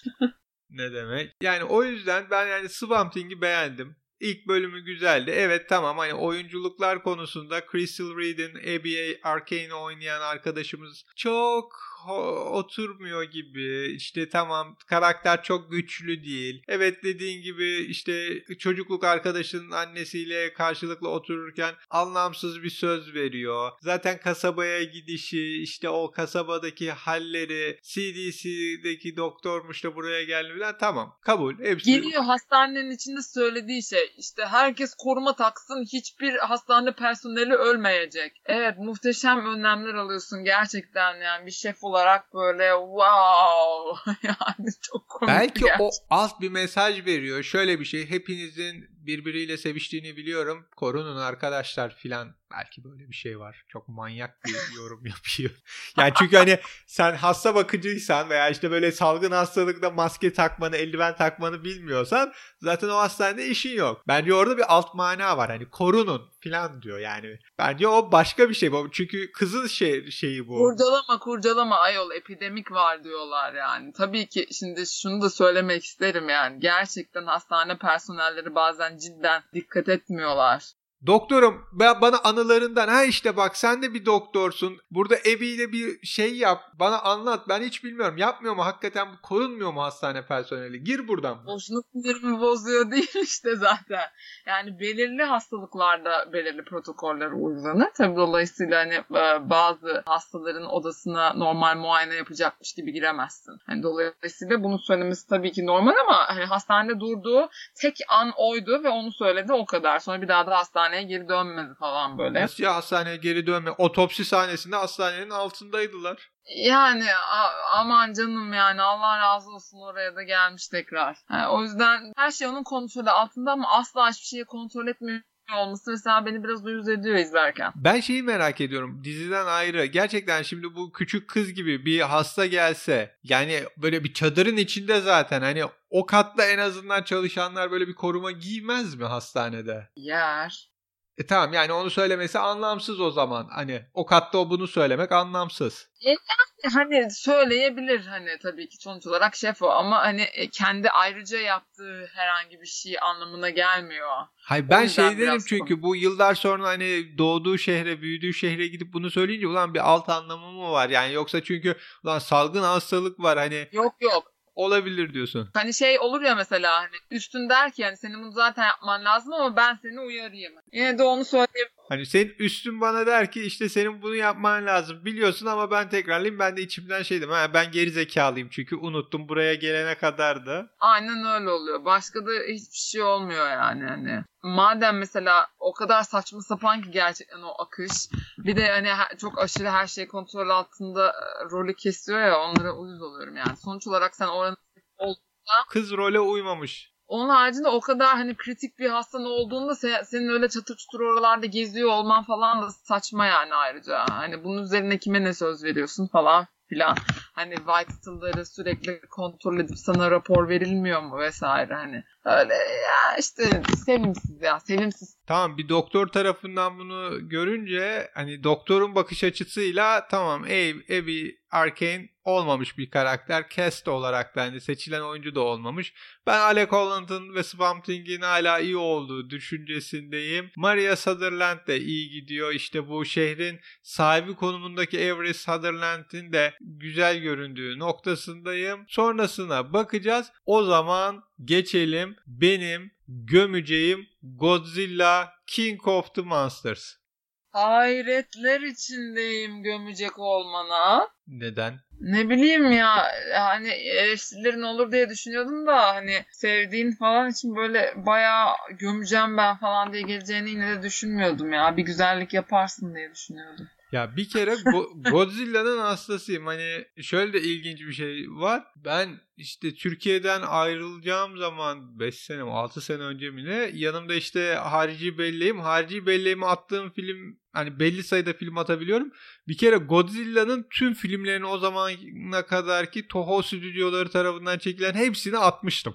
S1: Ne demek? Yani o yüzden ben yani Swamp Thing'i beğendim. İlk bölümü güzeldi. Evet tamam hani oyunculuklar konusunda Crystal Reed'in Abby Arcane'i oynayan arkadaşımız çok ho- oturmuyor gibi. İşte tamam karakter çok güçlü değil. Evet dediğin gibi işte çocukluk arkadaşının annesiyle karşılıklı otururken anlamsız bir söz veriyor. Zaten kasabaya gidişi işte o kasabadaki halleri C D C'deki doktormuş da buraya geldi falan tamam kabul. Hepsi...
S2: Geliyor hastanenin içinde söylediği şey işte herkes koruma taksın hiçbir hastane personeli ölmeyecek. Evet muhteşem önlemler alıyorsun gerçekten yani bir şef olarak böyle wow yani çok komik.
S1: Belki
S2: gerçekten.
S1: O alt bir mesaj veriyor. Şöyle bir şey hepinizin birbiriyle seviştiğini biliyorum. Korunun arkadaşlar filan. Belki böyle bir şey var. Çok manyak bir yorum yapıyor. Yani çünkü hani sen hasta bakıcıysan veya işte böyle salgın hastalıkta maske takmanı, eldiven takmanı bilmiyorsan zaten o hastanede işin yok. Bence orada bir alt mana var. Hani korunun filan diyor yani. Bence o başka bir şey. Çünkü kızın şey, şeyi bu.
S2: Kurcalama kurcalama ayol epidemik var diyorlar yani. Tabii ki şimdi şunu da söylemek isterim yani. Gerçekten hastane personelleri bazen cidden dikkat etmiyorlar.
S1: Doktorum bana anılarından ha işte bak sen de bir doktorsun. Burada eviyle bir şey yap. Bana anlat. Ben hiç bilmiyorum. Yapmıyor mu? Hakikaten bu korunmuyor mu hastane personeli? Gir buradan.
S2: Boşuna sinirimi bozuyor değil işte zaten. Yani belirli hastalıklarda belirli protokoller uygulanır. Tabii dolayısıyla hani bazı hastaların odasına normal muayene yapacakmış gibi giremezsin. Yani dolayısıyla bunu söylemesi tabii ki normal ama hani hastanede durduğu tek an oydu ve onu söyledi o kadar. Sonra bir daha da hastaneye geri dönmedi falan böyle.
S1: Nasıl ya hastaneye geri dönme? Otopsi sahnesinde hastanenin altındaydılar.
S2: Yani a- aman canım yani Allah razı olsun oraya da gelmiş tekrar. Yani o yüzden her şey onun kontrolü altında ama asla hiçbir şeyi kontrol etmiyor olması mesela beni biraz uyuz ediyor izlerken.
S1: Ben şeyi merak ediyorum diziden ayrı gerçekten şimdi bu küçük kız gibi bir hasta gelse yani böyle bir çadırın içinde zaten hani o katta en azından çalışanlar böyle bir koruma giymez mi hastanede?
S2: Yer.
S1: E tamam yani onu söylemesi anlamsız o zaman. Hani o katta o bunu söylemek anlamsız.
S2: E yani hani söyleyebilir hani tabii ki sonuç olarak şef o ama hani kendi ayrıca yaptığı herhangi bir şey anlamına gelmiyor.
S1: Hayır ben şey derim çünkü konu. Bu yıllar sonra hani doğduğu şehre, büyüdüğü şehre gidip bunu söyleyince ulan bir alt anlamı mı var? Yani yoksa çünkü ulan salgın hastalık var hani.
S2: Yok yok.
S1: Olabilir diyorsun.
S2: Hani şey olur ya mesela hani üstün der ki yani senin bunu zaten yapman lazım ama ben seni uyarayım. Yine de onu söyleyeyim.
S1: Hani senin üstün bana der ki işte senin bunu yapman lazım. Biliyorsun ama ben tekrarlayayım. Ben de içimden şey dedim. Ha, ben geri zekalıyım çünkü unuttum buraya gelene kadar da.
S2: Aynen öyle oluyor. Başka da hiçbir şey olmuyor yani hani. Madem mesela o kadar saçma sapan ki gerçekten o akış. Bir de hani çok aşırı her şey kontrol altında rolü kesiyor ya onlara uyuz oluyorum yani. Sonuç olarak sen oranın olduğunda
S1: kız role uymamış.
S2: Onun haricinde o kadar hani kritik bir hastan olduğunda se- senin öyle çatır çutur oralarda geziyor olman falan da saçma yani ayrıca. Hani bunun üzerine kime ne söz veriyorsun falan filan. Hani Whitehall'ları sürekli kontrol edip sana rapor verilmiyor mu vesaire hani. Öyle ya işte sevimsiz ya sevimsiz.
S1: Tamam bir doktor tarafından bunu görünce hani doktorun bakış açısıyla tamam Abby Arcane olmamış bir karakter. Cast olarak da hani seçilen oyuncu da olmamış. Ben Alec Holland'ın ve Swamp Thing'in hala iyi olduğu düşüncesindeyim. Maria Sutherland de iyi gidiyor. İşte bu şehrin sahibi konumundaki Avery Sutherland'in de güzel göründüğü noktasındayım. Sonrasına bakacağız. O zaman geçelim benim gömeceğim Godzilla King of the Monsters.
S2: Hayretler içindeyim gömecek olmana.
S1: Neden?
S2: Ne bileyim ya hani eleştirilerin olur diye düşünüyordum da hani sevdiğin falan için böyle bayağı gömeceğim ben falan diye geleceğini yine de düşünmüyordum ya. Bir güzellik yaparsın diye düşünüyordum.
S1: Ya bir kere Go- Godzilla'nın hastasıyım. Hani şöyle de ilginç bir şey var. Ben işte Türkiye'den ayrılacağım zaman beş sene mi altı sene önce mi ne, yanımda işte harici belleğim. Harici belleğimi attığım film, hani belli sayıda film atabiliyorum. Bir kere Godzilla'nın tüm filmlerini o zamana kadarki Toho stüdyoları tarafından çekilen hepsini atmıştım.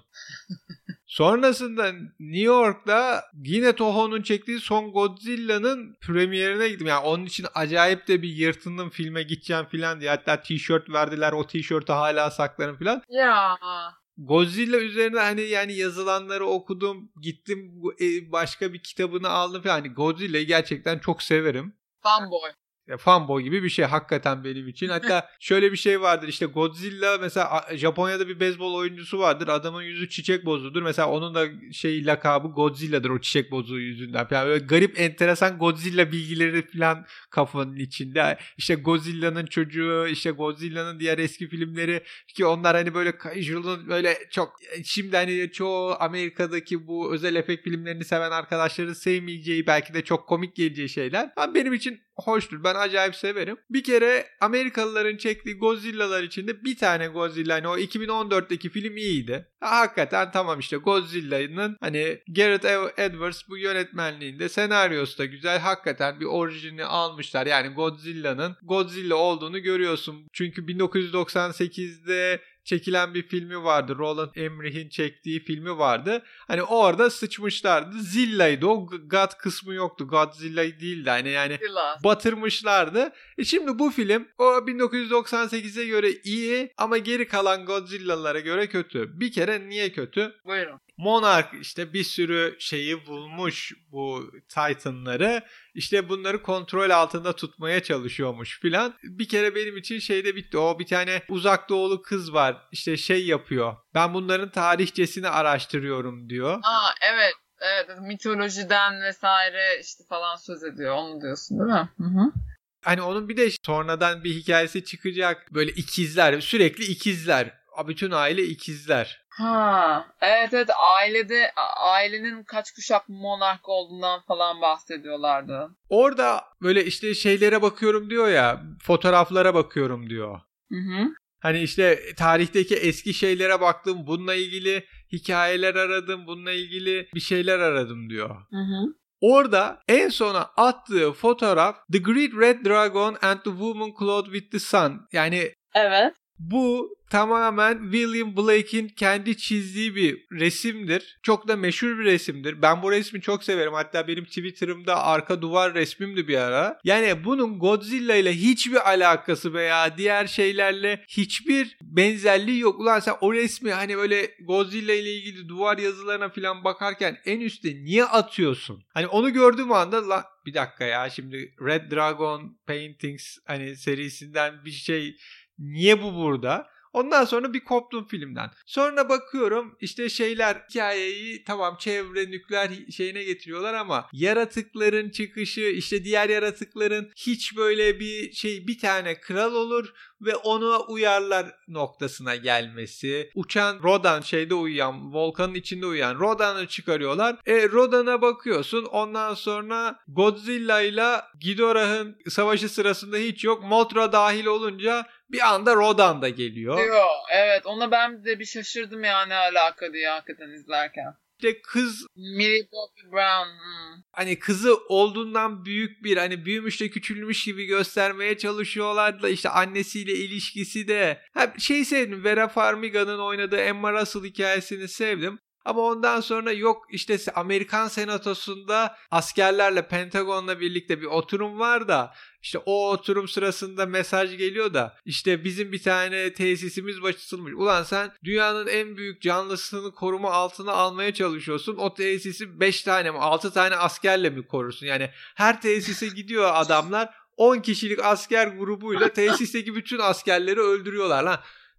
S1: Sonrasında New York'ta yine Toho'nun çektiği son Godzilla'nın premierine gittim. Yani onun için acayip de bir yırtındım, filme gideceğim filan diye. Hatta tişört verdiler, o tişörtü hala saklarım filan.
S2: Ya.
S1: Godzilla üzerine hani yani yazılanları okudum, gittim başka bir kitabını aldım falan. Hani Godzilla'yı gerçekten çok severim.
S2: Fanboy.
S1: Fanboy gibi bir şey hakikaten benim için. Hatta şöyle bir şey vardır, işte Godzilla mesela Japonya'da bir beyzbol oyuncusu vardır. Adamın yüzü çiçek bozuğudur. Mesela onun da şey lakabı Godzilla'dır, o çiçek bozuğu yüzünden. Yani böyle garip enteresan Godzilla bilgileri falan kafanın içinde. İşte Godzilla'nın çocuğu, işte Godzilla'nın diğer eski filmleri ki onlar hani böyle Kaiju'nun böyle çok, şimdi hani çoğu Amerika'daki bu özel efekt filmlerini seven arkadaşların sevmeyeceği, belki de çok komik geleceği şeyler. Ama benim için hoştur. Ben acayip severim. Bir kere Amerikalıların çektiği Godzilla'lar içinde bir tane Godzilla, hani o iki bin on dörtteki film iyiydi. Ha, hakikaten tamam, işte Godzilla'nın hani Gareth Edwards bu yönetmenliğinde, senaryosu da güzel. Hakikaten bir orijini almışlar. Yani Godzilla'nın Godzilla olduğunu görüyorsun. Çünkü bin dokuz yüz doksan sekizde çekilen bir filmi vardı. Roland Emmerich'in çektiği filmi vardı. Hani orada sıçmışlardı. Zilla'ydı o. God kısmı yoktu. Godzilla değildi. Hani yani batırmışlardı. E şimdi bu film o bin dokuz yüz doksan sekize göre iyi ama geri kalan Godzilla'lara göre kötü. Bir kere niye kötü?
S2: Buyurun.
S1: Monarch işte bir sürü şeyi bulmuş, bu Titan'ları. İşte bunları kontrol altında tutmaya çalışıyormuş filan. Bir kere benim için şeyde bitti. O bir tane uzak doğulu kız var. İşte şey yapıyor. Ben bunların tarihçesini araştırıyorum diyor.
S2: Aa evet. Evet, mitolojiden vesaire işte falan söz ediyor. Onu diyorsun değil mi? Hı hı.
S1: Hani onun bir de sonradan bir hikayesi çıkacak. Böyle ikizler, sürekli ikizler. Bütün aile ikizler.
S2: Ha, evet evet, ailede ailenin kaç kuşak monark olduğundan falan bahsediyorlardı.
S1: Orada böyle işte şeylere bakıyorum diyor ya, fotoğraflara bakıyorum diyor.
S2: Hı hı.
S1: Hani işte tarihteki eski şeylere baktım, bununla ilgili hikayeler aradım, bununla ilgili bir şeyler aradım diyor.
S2: Hı hı.
S1: Orada en sona attığı fotoğraf The Great Red Dragon and the Woman Clothed with the Sun. Yani
S2: evet.
S1: Bu tamamen William Blake'in kendi çizdiği bir resimdir. Çok da meşhur bir resimdir. Ben bu resmi çok severim. Hatta benim Twitter'ımda arka duvar resmimdi bir ara. Yani bunun Godzilla ile hiçbir alakası veya diğer şeylerle hiçbir benzerliği yok. Ulan sen o resmi hani böyle Godzilla ile ilgili duvar yazılarına falan bakarken en üstte niye atıyorsun? Hani onu gördüğüm anda la bir dakika ya, şimdi Red Dragon Paintings hani serisinden bir şey, niye bu burada? Ondan sonra bir koptum filmden. Sonra bakıyorum işte şeyler, hikayeyi tamam çevre nükleer şeyine getiriyorlar ama yaratıkların çıkışı, işte diğer yaratıkların hiç böyle bir şey, bir tane kral olur ve ona uyarlar noktasına gelmesi. Uçan Rodan, şeyde uyuyan, volkanın içinde uyuyan Rodan'ı çıkarıyorlar. E Rodan'a bakıyorsun, ondan sonra Godzilla ile Ghidorah'ın savaşı sırasında hiç yok. Mothra dahil olunca bir anda Rodan da geliyor.
S2: Yo, evet, ona ben de bir şaşırdım yani, alaka diye hakikaten izlerken.
S1: İşte kız
S2: Millie Bobby Brown. Hmm.
S1: Hani kızı olduğundan büyük bir, hani büyümüş de küçülmüş gibi göstermeye çalışıyorlar da işte annesiyle ilişkisi de. Ha, şey sevdim, Vera Farmiga'nın oynadığı Emma Russell hikayesini sevdim. Ama ondan sonra yok işte Amerikan Senatosu'nda askerlerle, Pentagon'la birlikte bir oturum var da işte o oturum sırasında mesaj geliyor da işte bizim bir tane tesisimiz basılmış. Ulan sen dünyanın en büyük canlısını koruma altına almaya çalışıyorsun. O tesisi beş tane mi altı tane askerle mi korursun? Yani her tesise gidiyor adamlar, on kişilik asker grubuyla tesisteki bütün askerleri öldürüyorlar lan.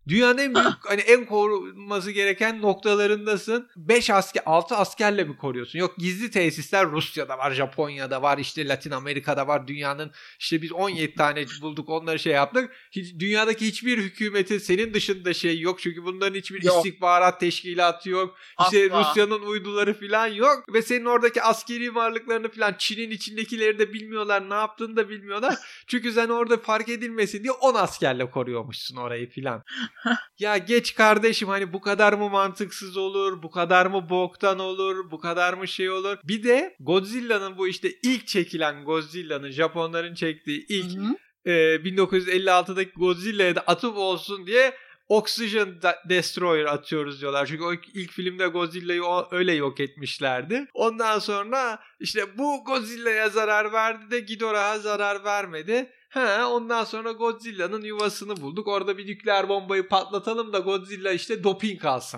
S1: Dünyanın en büyük hani en korunması gereken noktalarındasın. beş asker, altı askerle mi koruyorsun? Yok, gizli tesisler Rusya'da var, Japonya'da var, işte Latin Amerika'da var. Dünyanın işte biz on yedi tane bulduk, onları şey yaptık. Hiç, dünyadaki hiçbir hükümetin senin dışında şey yok. Çünkü bunların hiçbir yok. istihbarat teşkilatı yok. İşte Asla. Rusya'nın uyduları falan yok. Ve senin oradaki askeri varlıklarını falan, Çin'in içindekileri de bilmiyorlar. Ne yaptığını da bilmiyorlar. Çünkü sen orada fark edilmesin diye on askerle koruyormuşsun orayı falan. Ya geç kardeşim, hani bu kadar mı mantıksız olur? Bu kadar mı boktan olur? Bu kadar mı şey olur? Bir de Godzilla'nın bu işte ilk çekilen Godzilla'nın, Japonların çektiği ilk e, bin dokuz yüz elli altıdaki Godzilla'ya da atıp olsun diye Oxygen Destroyer atıyoruz diyorlar. Çünkü o ilk filmde Godzilla'yı öyle yok etmişlerdi. Ondan sonra işte bu Godzilla'ya zarar verdi de Ghidorah'a zarar vermedi. He, ondan sonra Godzilla'nın yuvasını bulduk. Orada bir nükleer bombayı patlatalım da Godzilla işte doping alsın.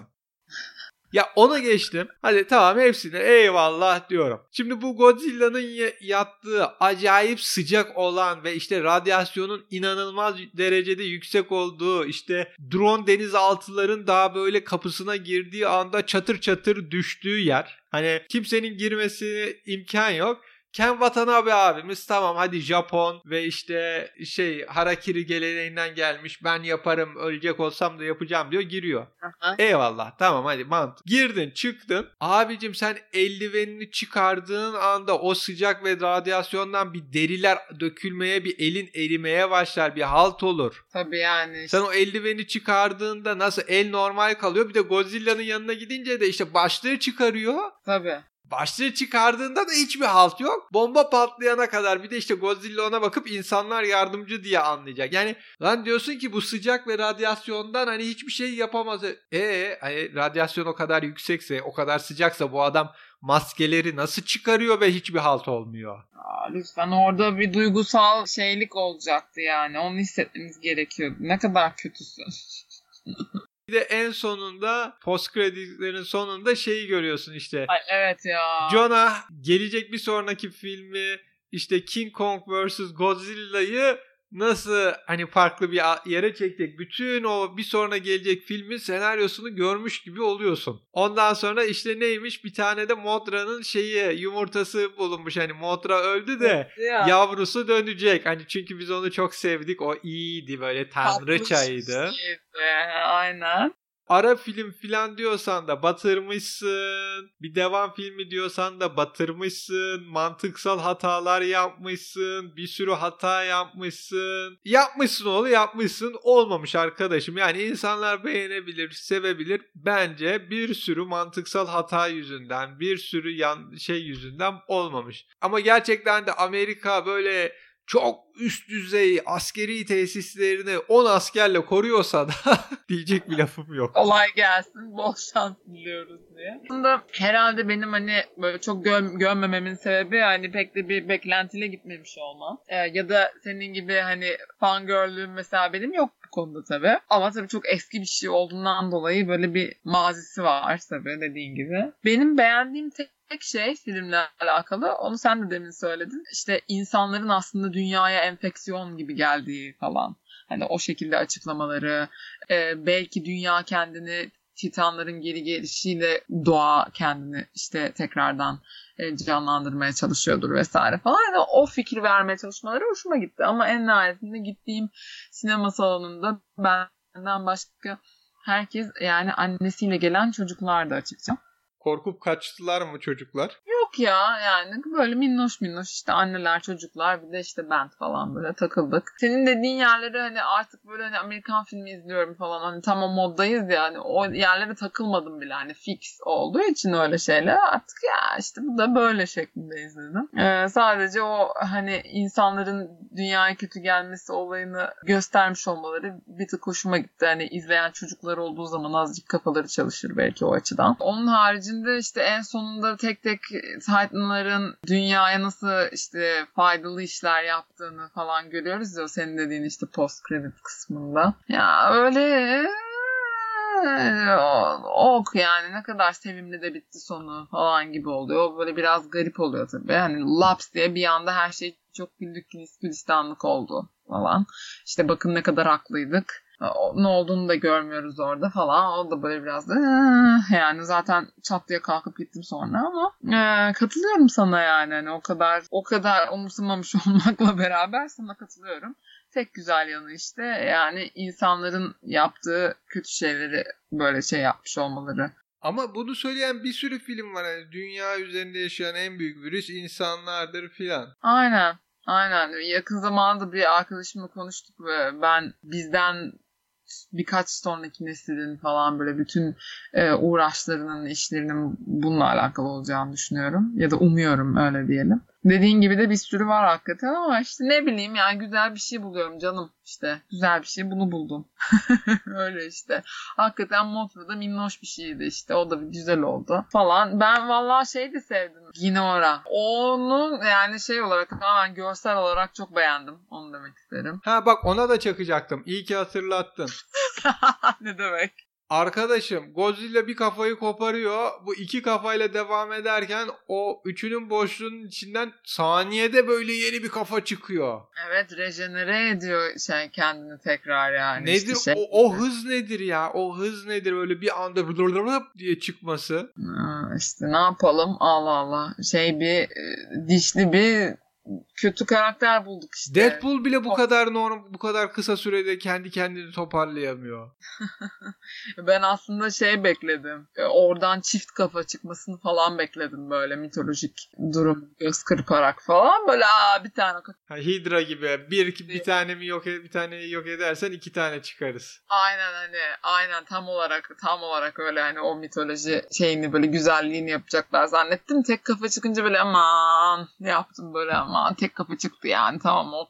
S1: Ya ona geçtim. Hadi tamam, hepsine eyvallah diyorum. Şimdi bu Godzilla'nın yattığı acayip sıcak olan ve işte radyasyonun inanılmaz derecede yüksek olduğu, işte drone denizaltıların daha böyle kapısına girdiği anda çatır çatır düştüğü yer. Hani kimsenin girmesine imkan yok. Ken Watanabe abimiz tamam hadi Japon ve işte şey harakiri geleneğinden gelmiş, ben yaparım, ölecek olsam da yapacağım diyor, giriyor. Aha. Eyvallah tamam hadi mantık. Girdin çıktın. Abicim sen eldivenini çıkardığın anda o sıcak ve radyasyondan bir deriler dökülmeye, bir elin erimeye başlar, bir halt olur.
S2: Tabii yani.
S1: Sen o eldiveni çıkardığında nasıl el normal kalıyor, bir de Godzilla'nın yanına gidince de işte başlığı çıkarıyor.
S2: Tabii.
S1: Başlığı çıkardığında da hiçbir halt yok. Bomba patlayana kadar bir de işte Godzilla ona bakıp insanlar yardımcı diye anlayacak. Yani lan diyorsun ki bu sıcak ve radyasyondan hani hiçbir şey yapamaz. Eee hani radyasyon o kadar yüksekse, o kadar sıcaksa bu adam maskeleri nasıl çıkarıyor ve hiçbir halt olmuyor?
S2: Aa, lütfen orada bir duygusal şeylik olacaktı yani. Onu hissetmemiz gerekiyordu. Ne kadar kötüsün.
S1: Bir de en sonunda post kreditlerin sonunda şeyi görüyorsun işte.
S2: Ay evet ya.
S1: Jonah gelecek bir sonraki filmi işte King Kong versus. Godzilla'yı nasıl hani farklı bir yere çektik. Bütün o bir sonra gelecek filmin senaryosunu görmüş gibi oluyorsun. Ondan sonra işte neymiş, bir tane de Mothra'nın şeyi, yumurtası bulunmuş. Hani Mothra öldü de ya. Yavrusu dönecek. Hani çünkü biz onu çok sevdik. O iyiydi, böyle tanrıçaydı.
S2: Aynen.
S1: Ara film filan diyorsan da batırmışsın. Bir devam filmi diyorsan da batırmışsın. Mantıksal hatalar yapmışsın. Bir sürü hata yapmışsın. Yapmışsın oğlu, yapmışsın. Olmamış arkadaşım. Yani insanlar beğenebilir, sevebilir. Bence bir sürü mantıksal hata yüzünden, bir sürü yan şey yüzünden olmamış. Ama gerçekten de Amerika böyle çok üst düzey askeri tesislerini on askerle koruyorsa da diyecek bir lafım yok.
S2: Kolay gelsin, bol şans diliyoruz diye. Aslında herhalde benim hani böyle çok gö- görmememin sebebi hani pek de bir beklentiyle gitmemiş olmam. Ee, ya da senin gibi hani fangirl'lüğüm mesela benim yok bu konuda tabii. Ama tabii çok eski bir şey olduğundan dolayı böyle bir mazisi var tabii dediğin gibi. Benim beğendiğim tek Tek şey filmle alakalı, onu sen de demin söyledin. İşte insanların aslında dünyaya enfeksiyon gibi geldiği falan. Hani o şekilde açıklamaları. E, belki dünya kendini, Titanların geri gelişiyle doğa kendini işte tekrardan e, canlandırmaya çalışıyordur vesaire falan. Yani o fikir vermeye çalışmaları hoşuma gitti. Ama en nihayetinde gittiğim sinema salonunda benden başka herkes, yani annesiyle gelen çocuklar da açıkça.
S1: Korkup kaçtılar mı çocuklar?
S2: Yok ya, yani böyle minnoş minnoş işte anneler, çocuklar, bir de işte ben falan böyle takıldık. Senin dediğin yerleri hani artık böyle hani Amerikan filmi izliyorum falan, hani tam o moddayız ya, hani o yerlere takılmadım bile, hani fix olduğu için öyle şeyler artık ya işte bu da böyle şeklinde izledim. Ee, sadece o hani insanların dünyaya kötü gelmesi olayını göstermiş olmaları bir tık hoşuma gitti. Hani izleyen çocuklar olduğu zaman azıcık kafaları çalışır belki o açıdan. Onun haricinde işte en sonunda tek tek Titan'ların dünyaya nasıl işte faydalı işler yaptığını falan görüyoruz ya, senin dediğin işte post credit kısmında. Ya öyle ok yani, ne kadar sevimli de bitti sonu falan gibi oluyor. O böyle biraz garip oluyor tabii. Hani laps diye bir anda her şey çok güllük gülistanlık oldu falan. İşte bakın ne kadar haklıydık. ne olduğunu da görmüyoruz orada falan. O da böyle biraz da yani zaten çat diye kalkıp gittim sonra ama e, katılıyorum sana yani. Hani o kadar o kadar umursamamış olmakla beraber sana katılıyorum. Tek güzel yanı işte yani insanların yaptığı kötü şeyleri böyle şey yapmış olmaları.
S1: Ama bunu söyleyen bir sürü film var. Yani dünya üzerinde yaşayan en büyük virüs insanlardır filan.
S2: Aynen. Aynen. Yakın zamanda bir arkadaşımla konuştuk ve ben bizden birkaç sonraki neslin falan böyle bütün e, uğraşlarının, işlerinin bununla alakalı olacağını düşünüyorum. Ya da umuyorum öyle diyelim. Dediğin gibi de bir sürü var hakikaten ama işte ne bileyim yani güzel bir şey buluyorum canım. İşte güzel bir şey bunu buldum. Öyle işte. Hakikaten Motra'da minnoş bir şeydi işte. O da bir güzel oldu falan. Ben vallahi şey de sevdim. Ginora. Onu yani şey olarak tamamen görsel olarak çok beğendim. Onu demek isterim.
S1: Ha bak ona da çakacaktım. İyi ki hatırlattın.
S2: Ne demek?
S1: Arkadaşım Godzilla bir kafayı koparıyor. Bu iki kafayla devam ederken o üçünün boşluğunun içinden saniyede böyle yeni bir kafa çıkıyor.
S2: Evet rejenere ediyor şey kendini tekrar yani.
S1: Nedir
S2: işte şey.
S1: o, o hız nedir ya? O hız nedir böyle bir anda diye çıkması?
S2: İşte ne yapalım Allah Allah. Şey bir dişli bir kötü karakter bulduk işte.
S1: Deadpool bile bu kadar norm, bu kadar kısa sürede kendi kendini toparlayamıyor.
S2: Ben aslında şey bekledim. Oradan çift kafa çıkmasını falan bekledim böyle mitolojik durum göz kırparak falan böyle aa bir tane.
S1: Ha, Hydra gibi bir bir tane mi yok bir taneyi yok edersen iki tane çıkarız.
S2: Aynen hani aynen tam olarak tam olarak öyle hani o mitoloji şeyini böyle güzelliğini yapacaklar zannettim. Tek kafa çıkınca böyle aman yaptım böyle ama tek kafa çıktı yani tamam ok.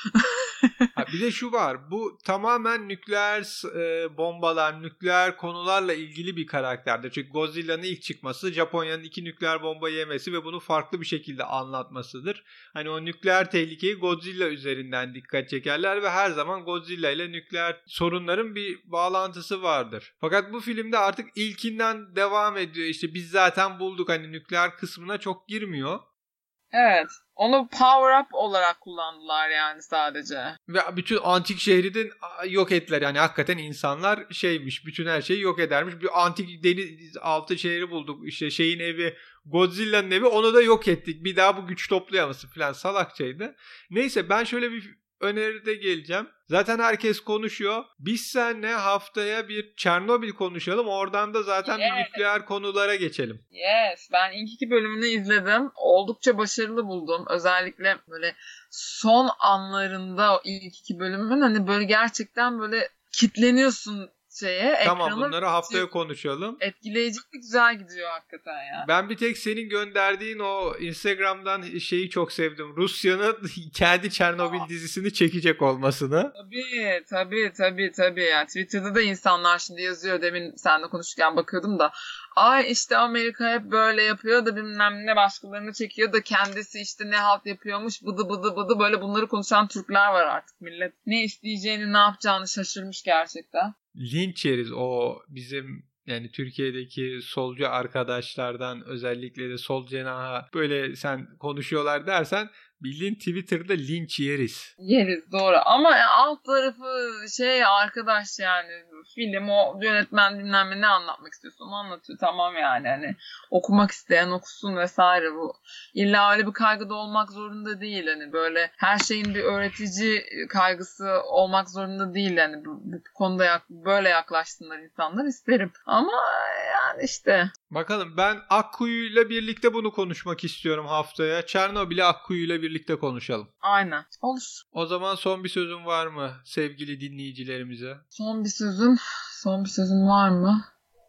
S1: Ha, bir de şu var bu tamamen nükleer e, bombalar nükleer konularla ilgili bir karakterdir. Çünkü Godzilla'nın ilk çıkması Japonya'nın iki nükleer bomba yemesi ve bunu farklı bir şekilde anlatmasıdır. Hani o nükleer tehlikeyi Godzilla üzerinden dikkat çekerler ve her zaman Godzilla ile nükleer sorunların bir bağlantısı vardır. Fakat bu filmde artık ilkinden devam ediyor. İşte biz zaten bulduk hani nükleer kısmına çok girmiyor.
S2: Evet. Onu power up olarak kullandılar yani sadece.
S1: Ve bütün antik şehri de yok ettiler. Yani hakikaten insanlar şeymiş. Bütün her şeyi yok edermiş. Bir antik deniz altı şehri bulduk. İşte şeyin evi, Godzilla'nın evi. Onu da yok ettik. Bir daha bu güç toplayamasın falan salakçaydı. Neyse ben şöyle bir öneride geleceğim. Zaten herkes konuşuyor. Biz seninle haftaya bir Çernobil konuşalım. Oradan da zaten
S2: yes.
S1: bir nükleer konulara geçelim.
S2: Yes. Ben ilk iki bölümünü izledim. Oldukça başarılı buldum. Özellikle böyle son anlarında o ilk iki bölümün hani böyle gerçekten böyle kitleniyorsun şeye.
S1: Tamam
S2: ekranı,
S1: bunları haftaya konuşalım.
S2: Etkileyici güzel gidiyor hakikaten ya.
S1: Ben bir tek senin gönderdiğin o Instagram'dan şeyi çok sevdim. Rusya'nın kendi Çernobil Aa. dizisini çekecek olmasını.
S2: Tabii tabii tabii tabii. Yani Twitter'da da insanlar şimdi yazıyor. Demin seninle konuşurken bakıyordum da. Ay işte Amerika hep böyle yapıyor da bilmem ne başkalarını çekiyor da kendisi işte ne halt yapıyormuş bıdı bıdı bıdı böyle bunları konuşan Türkler var artık millet. Ne isteyeceğini ne yapacağını şaşırmış gerçekten.
S1: Linç yeriz o bizim yani Türkiye'deki solcu arkadaşlardan özellikle de sol cenaha böyle sen konuşuyorlar dersen bildiğin Twitter'da linç yeriz.
S2: Yeriz doğru ama alt tarafı şey arkadaş yani film o yönetmen bilmem ne anlatmak istiyorsun onu anlatıyor tamam yani hani okumak isteyen okusun vesaire bu illa öyle bir kaygıda olmak zorunda değil hani böyle her şeyin bir öğretici kaygısı olmak zorunda değil yani bu, bu konuda yak, böyle yaklaşsınlar insanlar isterim ama yani işte.
S1: Bakalım ben Akkuyu'yla birlikte bunu konuşmak istiyorum haftaya. Çernobil'i Akkuyu'yla birlikte konuşalım.
S2: Aynen. Olur.
S1: O zaman son bir sözün var mı sevgili dinleyicilerimize?
S2: Son bir sözüm, son bir sözüm var mı?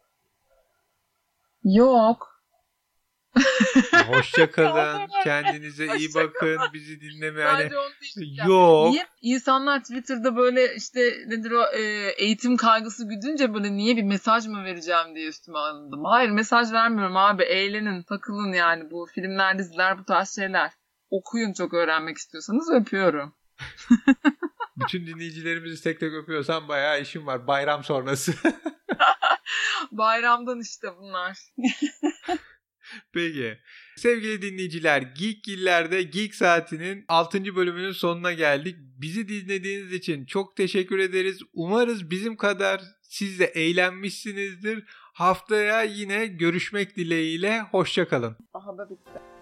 S2: Yok.
S1: Hoşça kalın. Kendinize Hoşça iyi bakın. Kalın. Bizi dinlemeye hani
S2: yok. Niye insanlar Twitter'da böyle işte nedir o e, eğitim kaygısı güdünce böyle niye bir mesaj mı vereceğim diye üstüme alındım. Hayır mesaj vermiyorum abi. Eğlenin, takılın yani bu filmler, diziler bu tarz şeyler. Okuyun çok öğrenmek istiyorsanız öpüyorum.
S1: Bütün dinleyicilerimizi tek tek öpüyorsan bayağı işim var. Bayram sonrası.
S2: Bayramdan işte bunlar.
S1: Peki. Sevgili dinleyiciler, Geekgiller'de Geek Saati'nin altıncı bölümünün sonuna geldik. Bizi dinlediğiniz için çok teşekkür ederiz. Umarız bizim kadar siz de eğlenmişsinizdir. Haftaya yine görüşmek dileğiyle. Hoşça kalın.
S2: Daha da bitti.